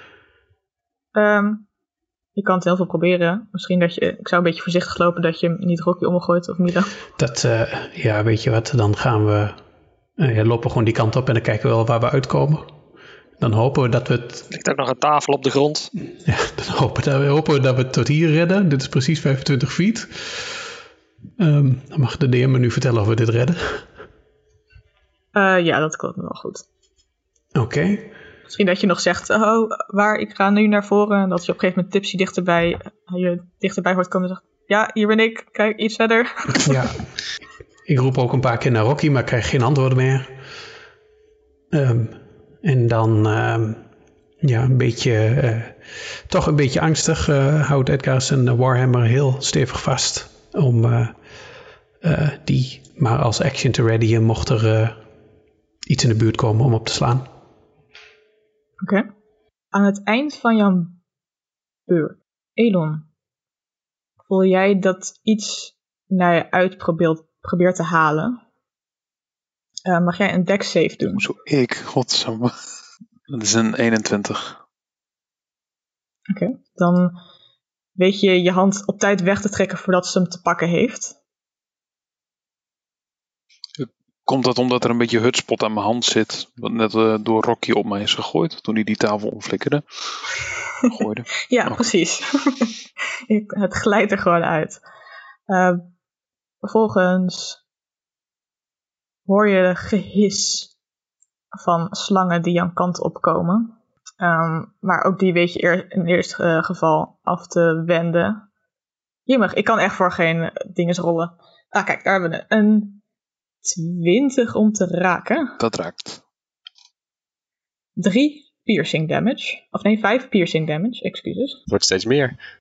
Je kan het heel veel proberen. Misschien ik zou een beetje voorzichtig lopen dat je hem niet Rocky omgooit of Mila. Weet je wat, dan gaan we lopen gewoon die kant op en dan kijken we wel waar we uitkomen. Dan hopen we dat we het... Er ligt ook nog een tafel op de grond. Ja, dan hopen we dat we het tot hier redden. Dit is precies 25 feet. Dan mag de DM me nu vertellen of we dit redden. Ja, dat klopt wel goed. Oké. Misschien dat je nog zegt, ik ga nu naar voren. En dat je op een gegeven moment Tipsy dichterbij hoort komen en zegt, ja, hier ben ik, kijk, iets verder. Ja, ik roep ook een paar keer naar Rocky, maar ik krijg geen antwoorden meer. En dan, toch een beetje angstig, houdt Edgar zijn Warhammer heel stevig vast. Om die maar als action te readyen mocht er iets in de buurt komen om op te slaan. Oké. Aan het eind van jouw beurt, Elon, voel jij dat iets naar je uit probeert te halen? Mag jij een dex save doen? Zo, godsamme. Dat is een 21. Oké. Dan weet je je hand op tijd weg te trekken voordat ze hem te pakken heeft. Komt dat omdat er een beetje hutspot aan mijn hand zit, wat net door Rocky op mij is gegooid, toen hij die tafel omflikkerde? Ja, precies. Het glijdt er gewoon uit. Vervolgens hoor je gehis van slangen die jouw kant opkomen. Maar ook die weet je in het eerste geval af te wenden. Jemig, ik kan echt voor geen dinges rollen. Kijk, daar hebben we een 20 om te raken. Dat raakt. 3 piercing damage. Of nee, 5 piercing damage, excuses. Het wordt steeds meer.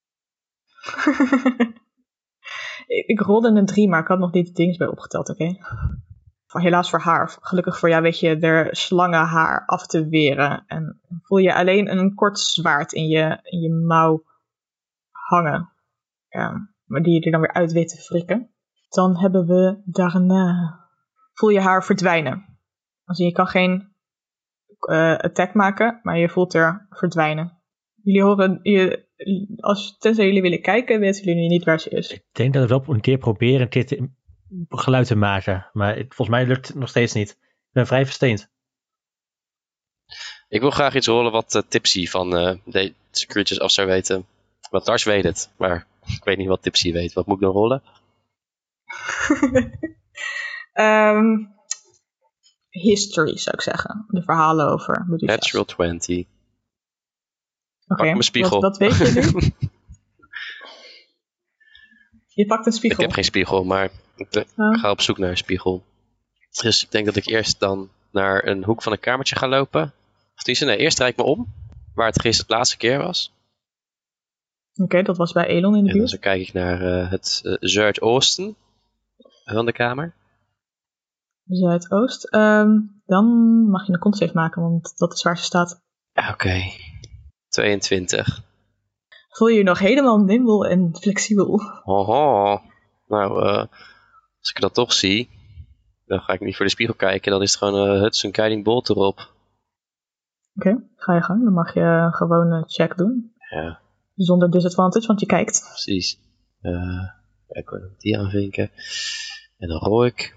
Ik rolde een 3, maar ik had nog niet de dinges bij opgeteld, oké? Helaas voor haar. Gelukkig voor jou weet je er slangenhaar af te weren. En voel je alleen een kort zwaard in je mouw hangen. Maar die je er dan weer uit weet te frikken. Dan hebben we daarna... Voel je haar verdwijnen. Dus je kan geen attack maken, maar je voelt haar verdwijnen. Jullie horen... Tenzij jullie willen kijken, weten jullie niet waar ze is. Ik denk dat we wel een keer proberen een keer geluid te maken. Maar volgens mij lukt het nog steeds niet. Ik ben vrij versteend. Ik wil graag iets rollen wat Tipsy van deze creatures af zou weten. Want Lars weet het, maar ik weet niet wat Tipsy weet. Wat moet ik dan rollen? History, zou ik zeggen. De verhalen over Medusa's. Natural 20. Oké, mijn spiegel. Dat weet je nu. Je pakt een spiegel. Ik heb geen spiegel, maar ik ga op zoek naar een spiegel. Dus ik denk dat ik eerst dan naar een hoek van een kamertje ga lopen. Of eerst draai ik me om, waar het gisteren de laatste keer was. Oké, dat was bij Elon in de En dan buurt. zo kijk ik naar het zuidoosten van de kamer. Zuidoost. Dan mag je een con-save maken, want dat is waar ze staat. Ja, oké. 22. Voel je je nog helemaal nimble en flexibel? Hoho. Nou, als ik dat toch zie, dan ga ik niet voor de spiegel kijken. Dan is het gewoon Hudson Guiding Bolt erop. Oké, ga je gang. Dan mag je gewoon een check doen. Ja, Zonder disadvantage, want je kijkt. precies. Kijk, ik die aanvinken. En dan rol ik.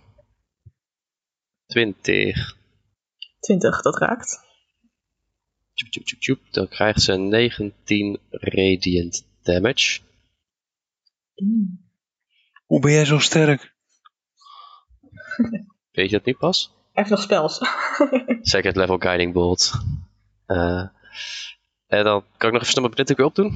20. 20, dat raakt. Tjoep, tjoep, tjoep, tjoep. Dan krijgt ze 19 radiant damage. Hoe ben jij zo sterk? Weet je dat nu pas? Hij heeft nog spels. Second level Guiding Bolt. En dan kan ik nog even snel mijn blinddoek weer opdoen.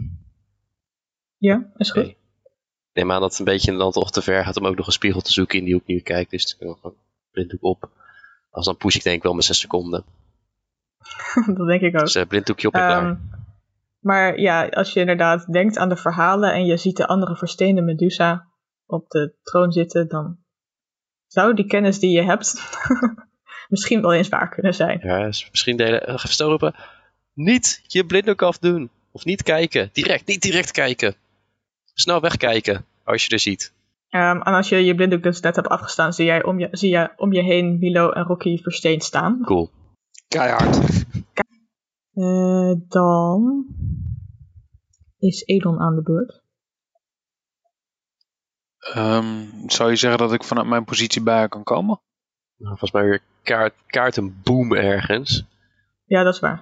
Ja, is goed. Oké. Ik neem aan dat het een beetje in de land toch te ver gaat om ook nog een spiegel te zoeken in die hoek nu kijkt. Dus dan kan ik gewoon blinddoek op. Als dan push ik denk ik wel mijn 6 seconden. Dat denk ik ook. Dus blinddoekje op en klaar. Maar ja, als je inderdaad denkt aan de verhalen en je ziet de andere versteende Medusa op de troon zitten, dan zou die kennis die je hebt misschien wel eens waar kunnen zijn. Ja, dus misschien even snel roepen. Niet je blinddoek afdoen. Of niet kijken. Niet direct kijken. Snel wegkijken als je er ziet. En als je je blinddoek dus net hebt afgestaan, zie je om je heen Milo en Rocky versteend staan. Cool. Keihard. Dan is Edon aan de beurt. Zou je zeggen dat ik vanuit mijn positie bij haar kan komen? Nou, volgens mij weer kaart een boom ergens. Ja, dat is waar.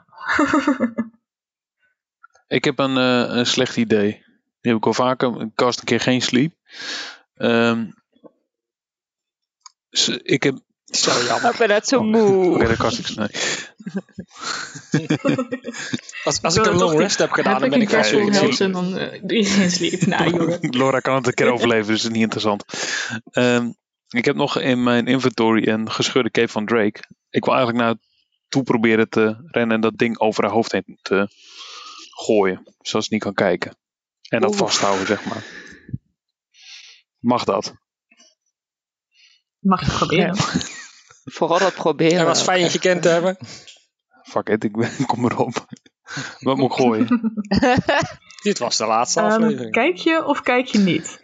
Ik heb een slecht idee. Die heb ik al vaker. Ik cast een keer geen sleep. Ik heb... Zo jammer. Ik ben net zo moe. Oké, dat cast ik. Nee. Als ik een long rest heb gedaan, dan ben ik Casual ik zie- helps en dan doe je geen sleep. Nou, jongen. Laura kan het een keer overleven, dus dat is niet interessant. Ik heb nog in mijn inventory een gescheurde cape van Drake. Ik wil eigenlijk naartoe proberen te rennen en dat ding over haar hoofd heen te gooien. Zodat ze niet kan kijken. En dat vasthouden, zeg maar. Mag dat? Mag je proberen. Vooral dat proberen. Het was fijn je gekend te hebben. Fuck it, ik kom erop. Wat moet ik gooien? Dit was de laatste aflevering. Kijk je of kijk je niet?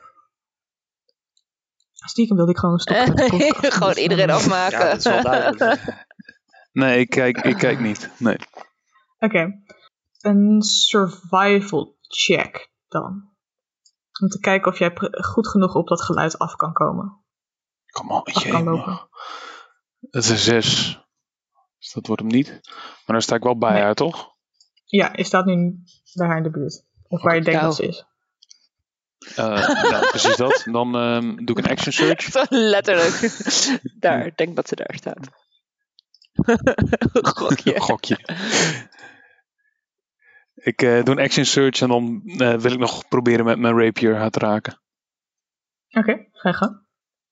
Stiekem wilde ik gewoon stoppen met de podcast. Gewoon iedereen afmaken. Ja, dat is wel duidelijk. Nee, ik kijk niet. Nee. Oké. Een survival check dan. Om te kijken of jij goed genoeg op dat geluid af kan komen. Come on, Af kan lopen. Het is een 6. Dus dat wordt hem niet. Maar dan sta ik wel bij haar, toch? Ja, je staat nu bij haar in de buurt. Of waar je denkt dat ze is. Ja, precies dat. Dan doe ik een action search. Zo letterlijk. Daar, ik denk dat ze daar staat. Gokje. Ik doe een action search en dan wil ik nog proberen met mijn rapier haar te raken. Oké, ga je gang.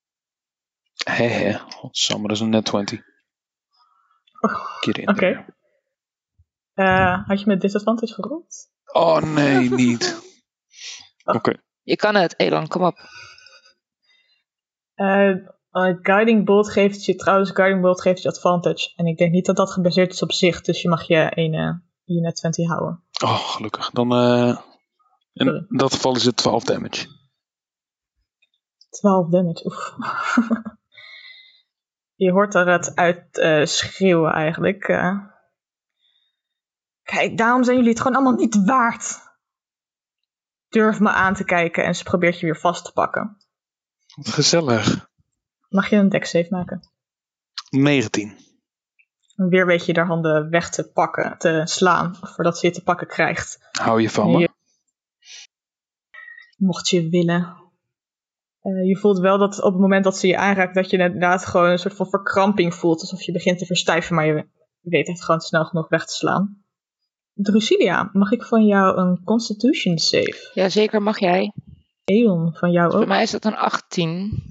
Godsamme, dat is een net 20. Keer in. Oké. Had je met disadvantage gerold? Oh nee, niet. Oké. Je kan het, Elon, kom op. Guiding Bolt geeft je advantage. En ik denk niet dat dat gebaseerd is op zicht. Dus je mag je net 20 houden. Oh, gelukkig. Dan in dat geval is het 12 damage. 12 damage, oef. Je hoort er het uit schreeuwen eigenlijk. Kijk, daarom zijn jullie het gewoon allemaal niet waard. Durf me aan te kijken en ze probeert je weer vast te pakken. Wat gezellig. Mag je een dex save maken? 19. En weer weet je haar handen weg te pakken, te slaan, voordat ze je te pakken krijgt. Hou je van me? Mocht je willen. Je voelt wel dat op het moment dat ze je aanraakt, dat je inderdaad gewoon een soort van verkramping voelt. Alsof je begint te verstijven, maar je weet het gewoon snel genoeg weg te slaan. Drusilia, mag ik van jou een Constitution save? Jazeker, mag jij. Eon, van jou Bij ook. mij is dat een 18.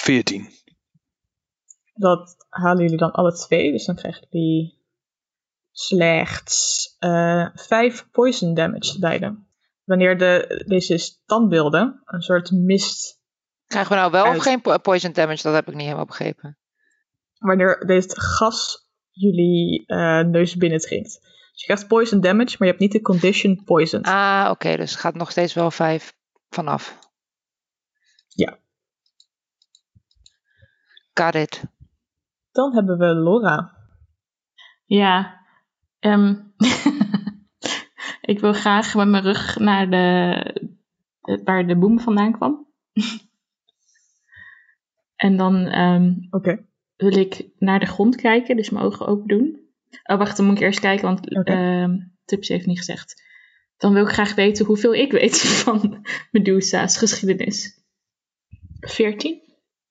14. Dat halen jullie dan alle twee, dus dan krijgen jullie slechts 5 poison damage leiden. Wanneer deze standbeelden een soort mist... Krijgen we nou wel of geen poison damage? Dat heb ik niet helemaal begrepen. Wanneer dit gas jullie neus binnendringt. Dus je krijgt poison damage, maar je hebt niet de condition poison. Oké, dus het gaat nog steeds wel 5 vanaf. Ja. Got it. Dan hebben we Laura. Ja. Ik wil graag met mijn rug naar waar de boom vandaan kwam. En dan wil ik naar de grond kijken, dus mijn ogen open doen. Oh, wacht, dan moet ik eerst kijken, want Tipsy heeft niet gezegd. Dan wil ik graag weten hoeveel ik weet van Medusa's geschiedenis. 14?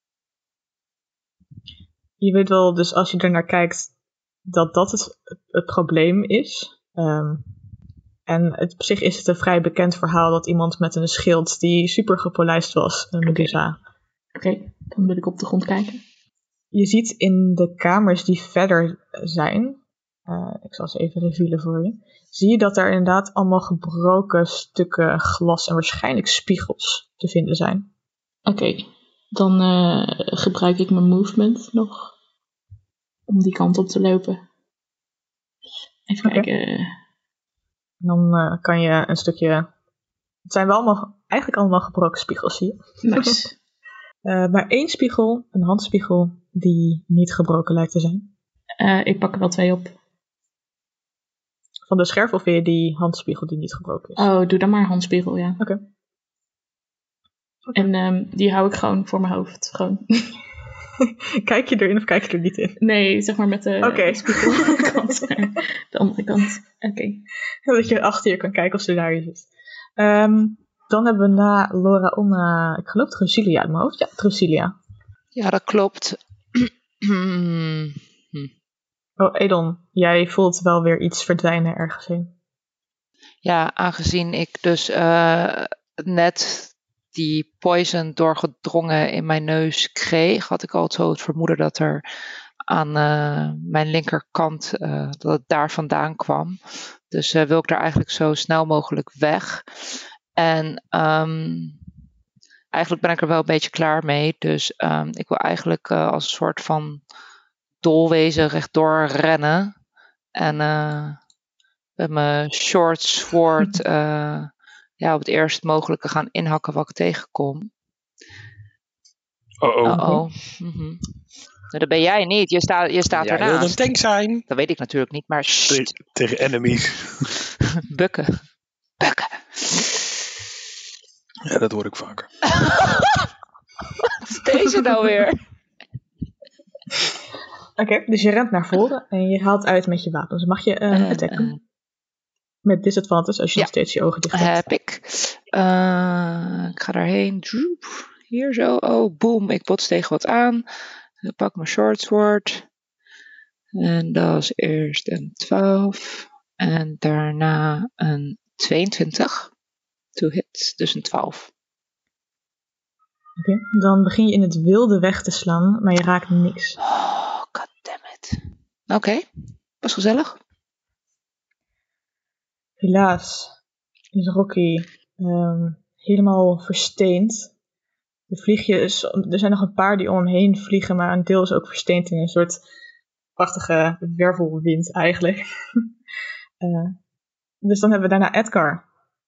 Je weet wel, dus als je er naar kijkt, dat het probleem is. En op zich is het een vrij bekend verhaal dat iemand met een schild die super gepolijst was, een Medusa. Oké, dan wil ik op de grond kijken. Je ziet in de kamers die verder zijn, ik zal ze even revealen voor je, zie je dat er inderdaad allemaal gebroken stukken glas en waarschijnlijk spiegels te vinden zijn. Oké, dan gebruik ik mijn movement nog om die kant op te lopen. Even kijken. Dan kan je een stukje... Het zijn wel eigenlijk allemaal gebroken spiegels, zie je. Nice. Maar 1 spiegel, een handspiegel, die niet gebroken lijkt te zijn. Ik pak er wel 2 op. Van de scherf of weer die handspiegel die niet gebroken is? Oh, doe dan maar een handspiegel, ja. Oké. En die hou ik gewoon voor mijn hoofd. Gewoon. Kijk je erin of kijk je er niet in? Nee, zeg maar met de spiegelkant. De andere kant. Oké. Dat je achter je kan kijken of ze daar zit. Dan hebben we na Laura Onna, ik geloof Drusilla uit mijn hoofd. Ja, Drusilla. Ja, dat klopt. Oh, Edon, jij voelt wel weer iets verdwijnen ergens heen. Ja, aangezien ik dus net die poison doorgedrongen in mijn neus kreeg, had ik al zo het vermoeden dat er aan mijn linkerkant, dat het daar vandaan kwam. Dus wil ik daar eigenlijk zo snel mogelijk weg. En eigenlijk ben ik er wel een beetje klaar mee. Dus ik wil eigenlijk als een soort van dolwezen rechtdoor rennen. En met mijn short sword op het eerst mogelijke gaan inhakken wat ik tegenkom. Mm-hmm. Nou, dat ben jij niet. Je staat ernaast. Jij wil een tank zijn. Dat weet ik natuurlijk niet, maar tegen enemies. Bukken. Ja, dat hoor ik vaker. Wat is deze nou weer? Oké, dus je rent naar voren en je haalt uit met je wapens. Mag je attacken? Met disadvantage als je nog steeds je ogen dicht hebt. Heb ik. Ik ga daarheen. Hier zo. Oh, boom. Ik bots tegen wat aan. Ik pak mijn short sword. En dat is eerst een 12. En daarna een 22. To hit. Dus een 12. Oké, dan begin je in het wilde weg te slaan, maar je raakt niks. Oh, goddammit. Oké, was gezellig. Helaas is Rocky helemaal versteend. Er zijn nog een paar die om hem heen vliegen, maar een deel is ook versteend in een soort prachtige wervelwind eigenlijk. Dus dan hebben we daarna Edgar.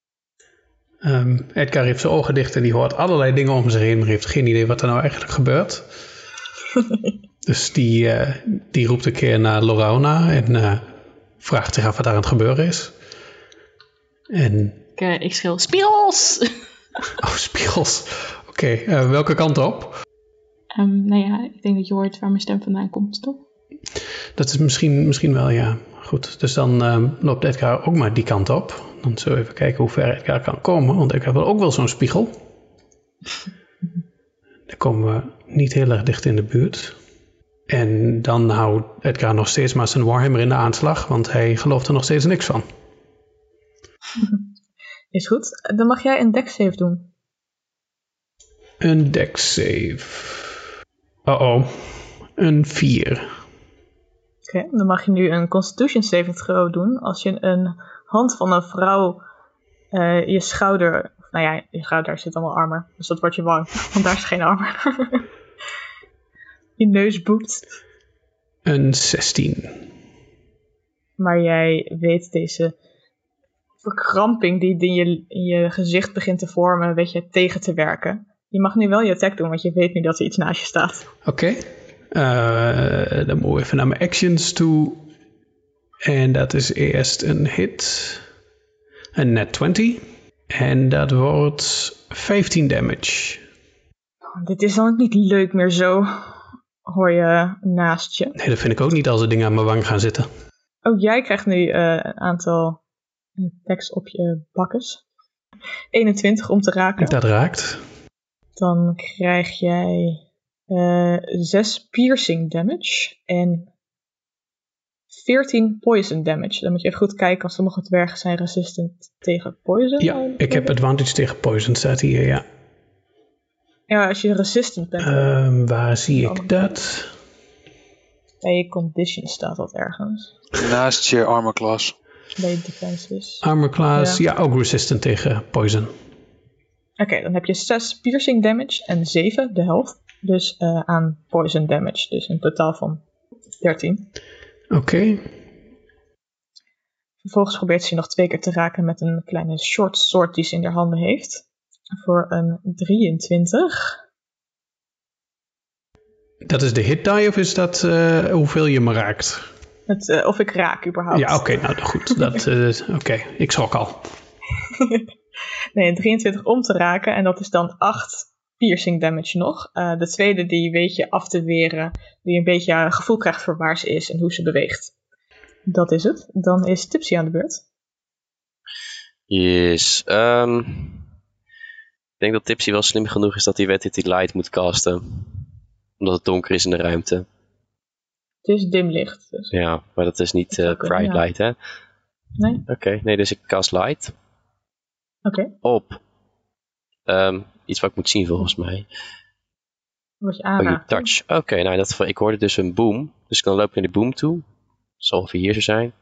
Edgar heeft zijn ogen dicht en die hoort allerlei dingen om zich heen, maar heeft geen idee wat er nou eigenlijk gebeurt. Dus die roept een keer naar Laura en vraagt zich af wat daar aan het gebeuren is. En... Ik schreeuw, spiegels! Oh, spiegels. Oké, welke kant op? Nou ja, ik denk dat je hoort waar mijn stem vandaan komt, toch? Dat is misschien wel, ja. Goed, dus dan loopt Edgar ook maar die kant op. Dan zullen we even kijken hoe ver Edgar kan komen, want Edgar wil ook wel zo'n spiegel. Dan komen we niet heel erg dicht in de buurt. En dan houdt Edgar nog steeds maar zijn Warhammer in de aanslag, want hij gelooft er nog steeds niks van. Is goed. Dan mag jij een dex save doen. Een dex save. Een 4. Oké, dan mag je nu een Constitution saving throw doen. Als je een hand van een vrouw je schouder... Nou ja, je schouder zit allemaal armor. Dus dat wordt je wang. Want daar is geen armor. Je neus boekt. Een 16. Maar jij weet deze verkramping die in je gezicht begint te vormen, weet je, tegen te werken. Je mag nu wel je attack doen, want je weet nu dat er iets naast je staat. Oké. Dan moet ik even naar mijn actions toe. En dat is eerst een hit. Een net 20. En dat wordt 15 damage. Dit is dan ook niet leuk meer zo, hoor je naast je. Nee, dat vind ik ook niet als er dingen aan mijn wang gaan zitten. Ook jij krijgt nu een aantal attacks op je bakkes. 21 om te raken. Dat raakt. Dan krijg jij 6 piercing damage en 14 poison damage. Dan moet je even goed kijken, als sommige dwergen zijn resistant tegen poison. Ja, ik heb advantage tegen poison, staat hier, ja. Ja, als je resistant bent. Waar zie ik dat? Bij je condition staat dat ergens. Naast je armor class. Bij je defenses. Armor class, ja, ook resistant tegen poison. Oké, dan heb je 6 piercing damage en 7, de helft. Dus aan poison damage. Dus een totaal van 13. Oké. Vervolgens probeert ze je nog 2 keer te raken met een kleine short sword die ze in haar handen heeft. Voor een 23. Dat is de hit die of is dat hoeveel je me raakt? Of ik raak überhaupt. Ja, oké, nou goed. Oké, ik schrok al. Nee, 23 om te raken en dat is dan 8 piercing damage nog. De tweede die weet je af te weren, die een beetje een gevoel krijgt voor waar ze is en hoe ze beweegt. Dat is het. Dan is Tipsy aan de beurt. Yes. Ik denk dat Tipsy wel slim genoeg is dat hij weet dat hij light moet casten. Omdat het donker is in de ruimte. Het is dim licht. Dus. Ja, maar dat is niet bright light, hè? Nee. Oké, nee, dus ik cast light. Oké. Op iets wat ik moet zien volgens mij. Word je aanraakt. Touch. Oké, nou, ik hoorde dus een boom. Dus ik kan lopen naar de boom toe. Dat zal ongeveer hier zo zijn.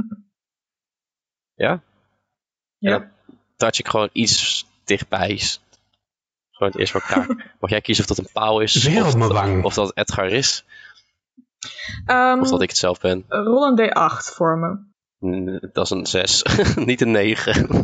Ja? Ja. En dan touch ik gewoon iets dichtbij. Gewoon het eerst wat elkaar. Mag jij kiezen of dat een paal is? Weer op mijn wang. Of dat het Edgar is? Of dat ik het zelf ben? Rol een D8 voor me. Dat is een 6. Niet een 9.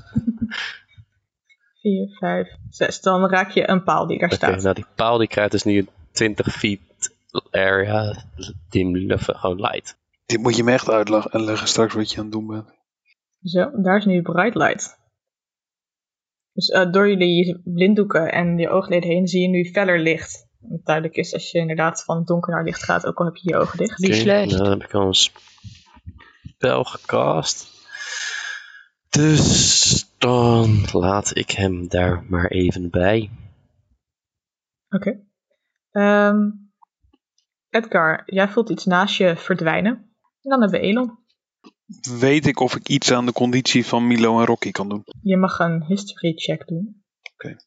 4, 5, 6. Dan raak je een paal die daar staat. Nou, die paal die krijgt dus nu een 20 feet area. Dim luffen, gewoon light. Dit moet je me echt uitleggen straks wat je aan het doen bent. Zo, daar is nu bright light. Dus door jullie blinddoeken en je oogleden heen zie je nu feller licht. Wat duidelijk is als je inderdaad van donker naar licht gaat, ook al heb je je ogen dicht. Niet slecht. Nou, dan heb ik al een spel gecast. Dus dan laat ik hem daar maar even bij. Oké. Edgar, jij voelt iets naast je verdwijnen. En dan hebben we Elon. Weet ik of ik iets aan de conditie van Milo en Rocky kan doen? Je mag een history check doen. Oké.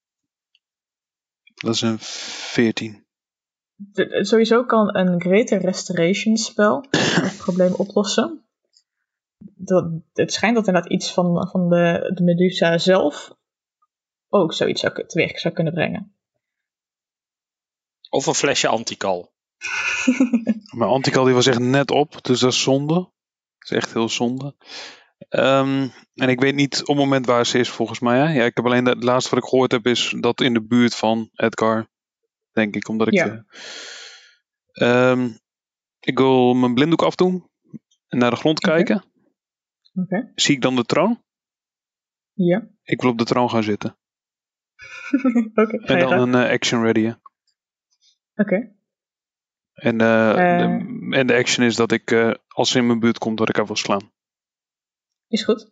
Dat is een 14. Sowieso kan een Greater Restoration spel het probleem oplossen. Het schijnt dat inderdaad iets van de Medusa zelf ook zoiets teweeg zou kunnen brengen. Of een flesje antikal. Mijn antikal die was echt net op, dus dat is zonde. Dat is echt heel zonde. En ik weet niet op het moment waar ze is volgens mij. Hè? Ja, ik heb alleen het laatste wat ik gehoord heb is dat in de buurt van Edgar. Denk ik, omdat ik... Ja. Ik wil mijn blinddoek afdoen en naar de grond kijken. Oké. Zie ik dan de troon? Ja. Ik wil op de troon gaan zitten. Oké. En dan een action ready. Hè? Oké. En de action is dat ik, als ze in mijn buurt komt, dat ik haar wil slaan. Is goed.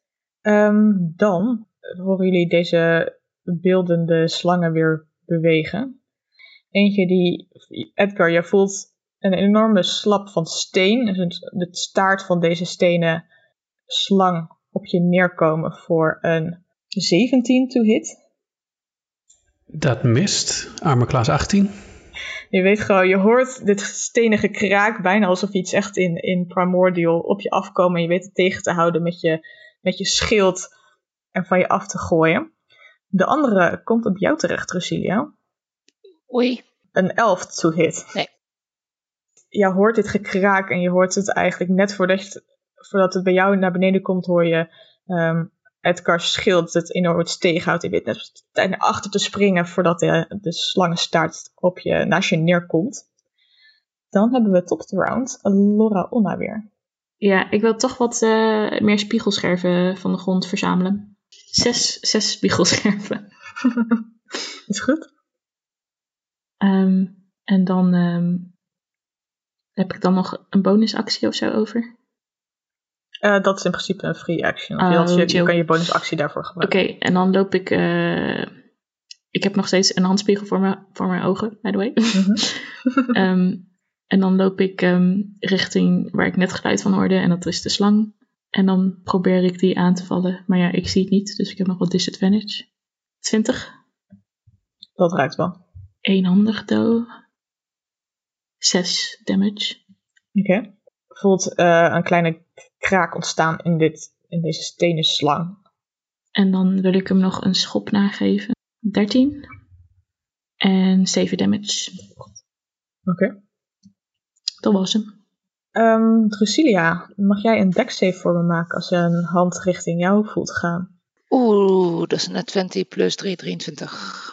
Dan horen jullie deze beeldende slangen weer bewegen. Eentje die... Edgar, je voelt een enorme slap van steen. Dus de staart van deze stenen slang op je neerkomen voor een 17 to hit. Dat mist. Armor class 18. Je weet gewoon, je hoort dit stenen gekraak bijna alsof iets echt in Primordial op je afkomen. En je weet het tegen te houden met je schild en van je af te gooien. De andere komt op jou terecht, Drusilia. Oei. Een 11 to hit. Nee. Je hoort dit gekraak en je hoort het eigenlijk net voordat het bij jou naar beneden komt, hoor je Edgar's schild het enorm tegenhoudt. Je weet net naar achter te springen voordat de slangenstaart naast je neerkomt. Dan hebben we top of the round Loraonna weer. Ja, ik wil toch wat meer spiegelscherven van de grond verzamelen. 6 spiegelscherven. Is goed. En dan heb ik dan nog een bonusactie of zo over? Dat is in principe een free action. Je kan je bonusactie daarvoor gebruiken. Oké, en dan loop ik... ik heb nog steeds een handspiegel voor mijn ogen, by the way. En dan loop ik richting waar ik net geluid van hoorde. En dat is de slang. En dan probeer ik die aan te vallen. Maar ja, ik zie het niet. Dus ik heb nog wat disadvantage. 20. Dat raakt wel. Eenhandig doe. 6 damage. Oké. Voelt een kleine kraak ontstaan in deze stenen slang. En dan wil ik hem nog een schop nageven. 13. En 7 damage. Oké. Dat was hem. Drusilia, mag jij een dex save voor me maken als je een hand richting jou voelt gaan? Oeh, dat is een 20 plus 3, 23.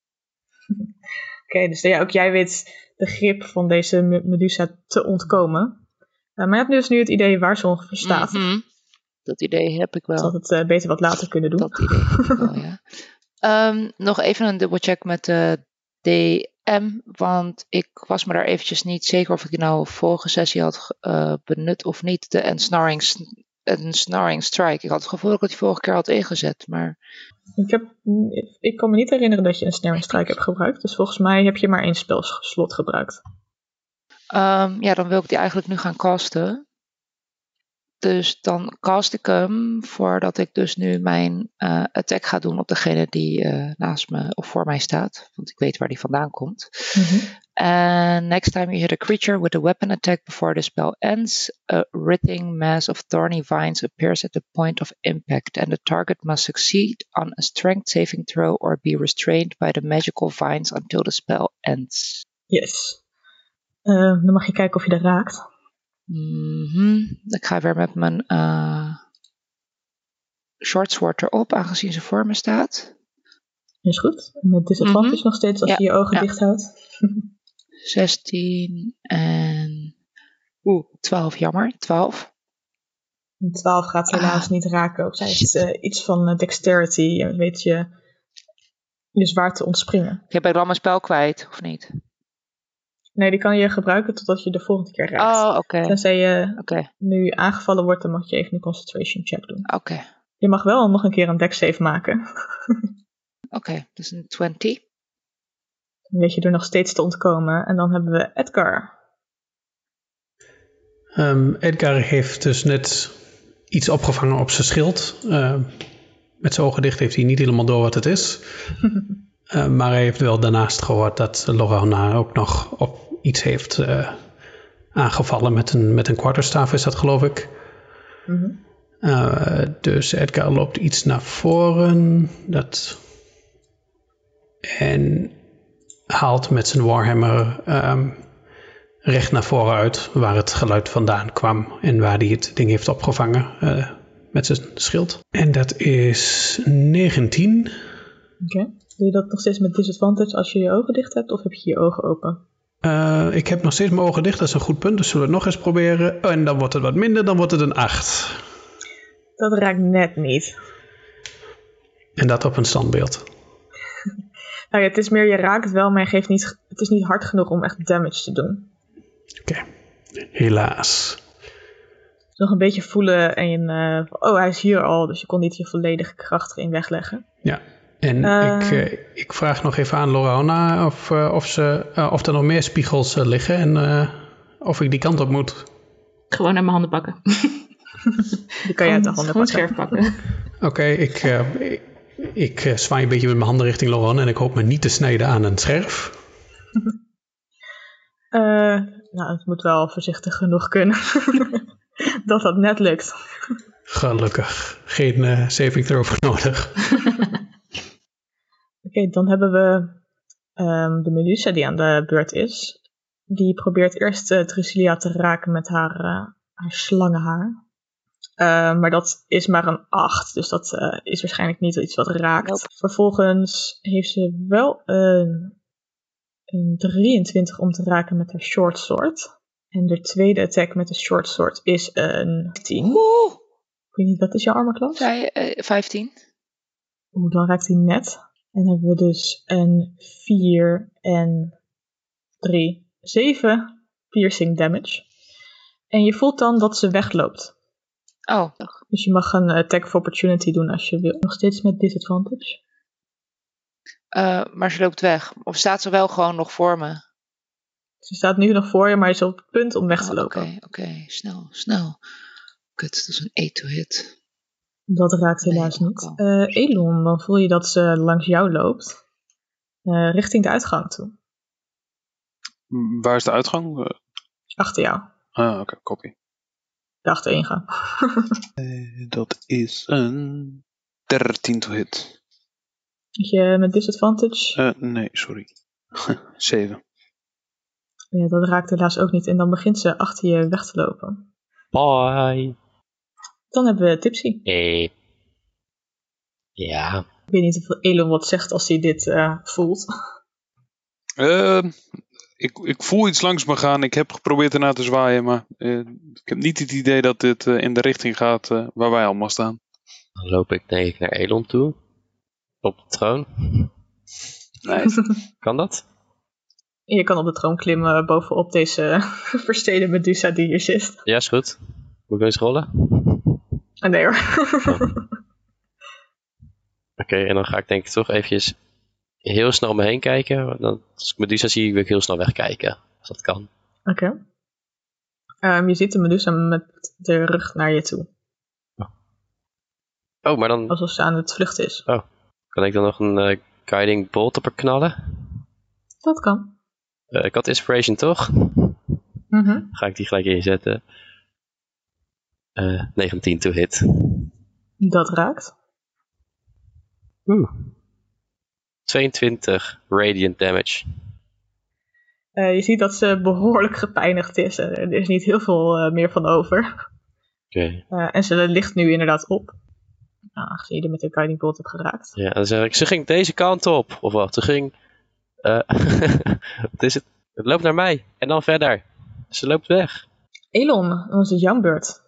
Oké, dus ook jij weet de grip van deze Medusa te ontkomen. Maar je hebt dus nu het idee waar ze ongeveer staat. Mm-hmm. Dat idee heb ik wel. Dat het beter wat later kunnen doen. Dat idee heb ik wel, ja. Nog even een dubbelcheck met de DM. Want ik was me daar eventjes niet zeker of ik die nou vorige sessie had benut of niet. De ensnaring strike. Ik had het gevoel dat ik het die vorige keer had ingezet. Maar... Ik kan me niet herinneren dat je een ensnaring strike hebt gebruikt. Dus volgens mij heb je maar 1 spelslot gebruikt. Ja, dan wil ik die eigenlijk nu gaan casten. Dus dan cast ik hem voordat ik dus nu mijn attack ga doen op degene die naast me of voor mij staat. Want ik weet waar die vandaan komt. And next time you hit a creature with a weapon attack before the spell ends, a writhing mass of thorny vines appears at the point of impact and the target must succeed on a strength saving throw or be restrained by the magical vines until the spell ends. Yes. Dan mag je kijken of je er raakt. Ik ga weer met mijn short sword erop, aangezien ze voor me staat. Is goed. Met disadvantage nog steeds als je je ogen dicht houdt. 16 en... 12, jammer. 12. 12 gaat helaas niet raken. Ook zij heeft iets van dexterity. En weet je zwaar te ontspringen. Ik ben dan mijn spel kwijt, of niet? Nee, die kan je gebruiken totdat je de volgende keer raakt. Oh, oké. Tenzij je nu aangevallen wordt, dan mag je even een concentration check doen. Oké. Je mag wel nog een keer een dex save maken. Oké, dus een 20. Dan weet je er nog steeds te ontkomen. En dan hebben we Edgar. Edgar heeft dus net iets opgevangen op zijn schild. Met zijn ogen dicht heeft hij niet helemaal door wat het is. Maar hij heeft wel daarnaast gehoord dat Loraonna ook nog op iets heeft aangevallen met een quarterstaaf, is dat geloof ik. Dus Edgar loopt iets naar voren. En haalt met zijn Warhammer recht naar voren uit waar het geluid vandaan kwam. En waar hij het ding heeft opgevangen met zijn schild. En dat is 19. Oké. Doe je dat nog steeds met disadvantage als je je ogen dicht hebt? Of heb je je ogen open? Ik heb nog steeds mijn ogen dicht. Dat is een goed punt. Dus zullen we het nog eens proberen. En dan wordt het wat minder. Dan wordt het een 8. Dat raakt net niet. En dat op een standbeeld. Nou ja, het is meer je raakt wel, maar het is niet hard genoeg om echt damage te doen. Oké. Helaas. Dus nog een beetje voelen en hij is hier al. Dus je kon niet je volledige kracht erin wegleggen. Ja. En ik vraag nog even aan Loraonna of er nog meer spiegels liggen en of ik die kant op moet. Gewoon naar mijn handen pakken. Die kan je uit de handen pakken. Scherp pakken. Oké, ik zwaai een beetje met mijn handen richting Loraonna en ik hoop me niet te snijden aan een scherf. Nou, het moet wel voorzichtig genoeg kunnen dat net lukt. Gelukkig. Geen saving throw voor nodig. Oké, dan hebben we de Medusa die aan de beurt is. Die probeert eerst Drusilla te raken met haar slangenhaar. Maar dat is maar een 8, dus dat is waarschijnlijk niet iets wat raakt. Nope. Vervolgens heeft ze wel een 23 om te raken met haar short sword. En de tweede attack met de short sword is een 10. Oeh. Ik weet niet, wat is jouw armor class? 15. Oeh, dan raakt hij net. En dan hebben we dus een 4 en 3, 7 piercing damage. En je voelt dan dat ze wegloopt. Oh. Dus je mag een attack of opportunity doen als je wil. Nog steeds met disadvantage. Maar ze loopt weg. Of staat ze wel gewoon nog voor me? Ze staat nu nog voor je, maar is op het punt om weg te lopen. Oké. Snel. Kut, dat is een 8 to hit. Dat raakt helaas niet. Elon, dan voel je dat ze langs jou loopt. Richting de uitgang toe. Waar is de uitgang? Achter jou. Oké, copy. De achteringang. Dat is een 13 to hit. Heb je met disadvantage? Nee, sorry. 7. Ja, dat raakt helaas ook niet. En dan begint ze achter je weg te lopen. Bye. Dan hebben we Tipsy. Ja. Ik weet niet of Elon wat zegt als hij dit voelt. Ik voel iets langs me gaan. Ik heb geprobeerd ernaar te zwaaien, maar ik heb niet het idee dat dit in de richting gaat waar wij allemaal staan. Dan loop ik denk ik naar Elon toe. Op de troon. Nice. Kan dat? Je kan op de troon klimmen bovenop deze verstede Medusa die hier zit. Ja, is goed. Moet ik eens rollen? Nee hoor. Oké, en dan ga ik denk ik toch eventjes heel snel om me heen kijken. Dan, als ik Medusa zie, wil ik heel snel wegkijken. Als dat kan. Oké. Je ziet de Medusa met de rug naar je toe. Oh, maar dan... Alsof ze aan het vluchten is. Oh, kan ik dan nog een guiding bolt op haar knallen? Dat kan. Ik had inspiration, toch? Ga ik die gelijk inzetten. 19 to hit. Dat raakt. 22 radiant damage. Je ziet dat ze behoorlijk gepijnigd is. Er is niet heel veel meer van over. Oké. En ze ligt nu inderdaad op. Aangezien je er met de guiding bolt hebt geraakt. Ja, dan zeg ik, ze ging deze kant op. Of wat, ze ging... wat is het? Het loopt naar mij. En dan verder. Ze loopt weg. Elon, dan is het jouw beurt.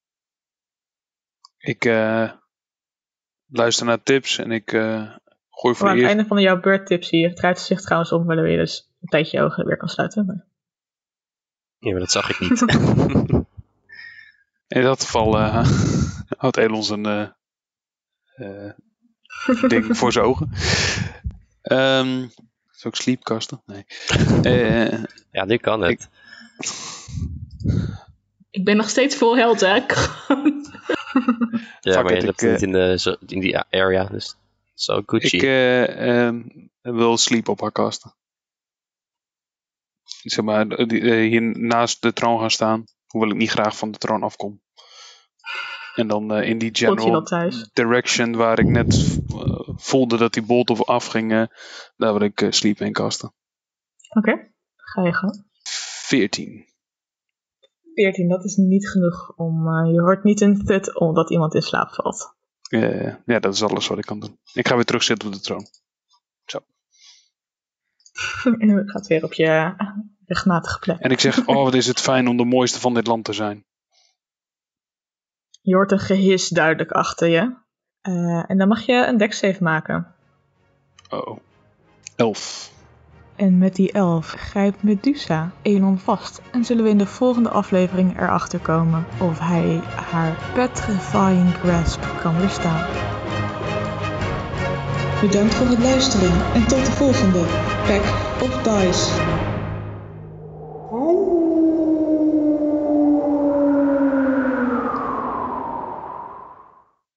Ik luister naar tips en ik gooi voor aan het einde van jouw beurt tips hier. Het draait zich trouwens om, waardoor je dus een tijdje je ogen weer kan sluiten. Maar... Ja, maar dat zag ik niet. In dat geval houdt Elon zijn ding voor zijn ogen. Is ook sleepkasten? Nee. Ja, nu kan het. Ik ben nog steeds vol held, hè? Ja, maar je loopt niet in die area, dus zo Gucci. Ik wil sleep op haar kasten. Zeg maar, hier naast de troon gaan staan, hoewel ik niet graag van de troon afkom. En dan in die general direction waar ik net voelde dat die bolt of afging, daar wil ik sleep in kasten. Oké, ga je gang. 14. 14, dat is niet genoeg om... je hoort niet een thud omdat iemand in slaap valt. Ja, dat is alles wat ik kan doen. Ik ga weer terug zitten op de troon. Zo. En het gaat weer op je rechtmatige plek. En ik zeg, wat is het fijn om de mooiste van dit land te zijn. Je hoort een gehis duidelijk achter je. En dan mag je een dex save maken. 11. En met die 11 grijpt Medusa Elon vast. En zullen we in de volgende aflevering erachter komen of hij haar petrifying grasp kan weerstaan. Bedankt voor het luisteren en tot de volgende Pack of Dice.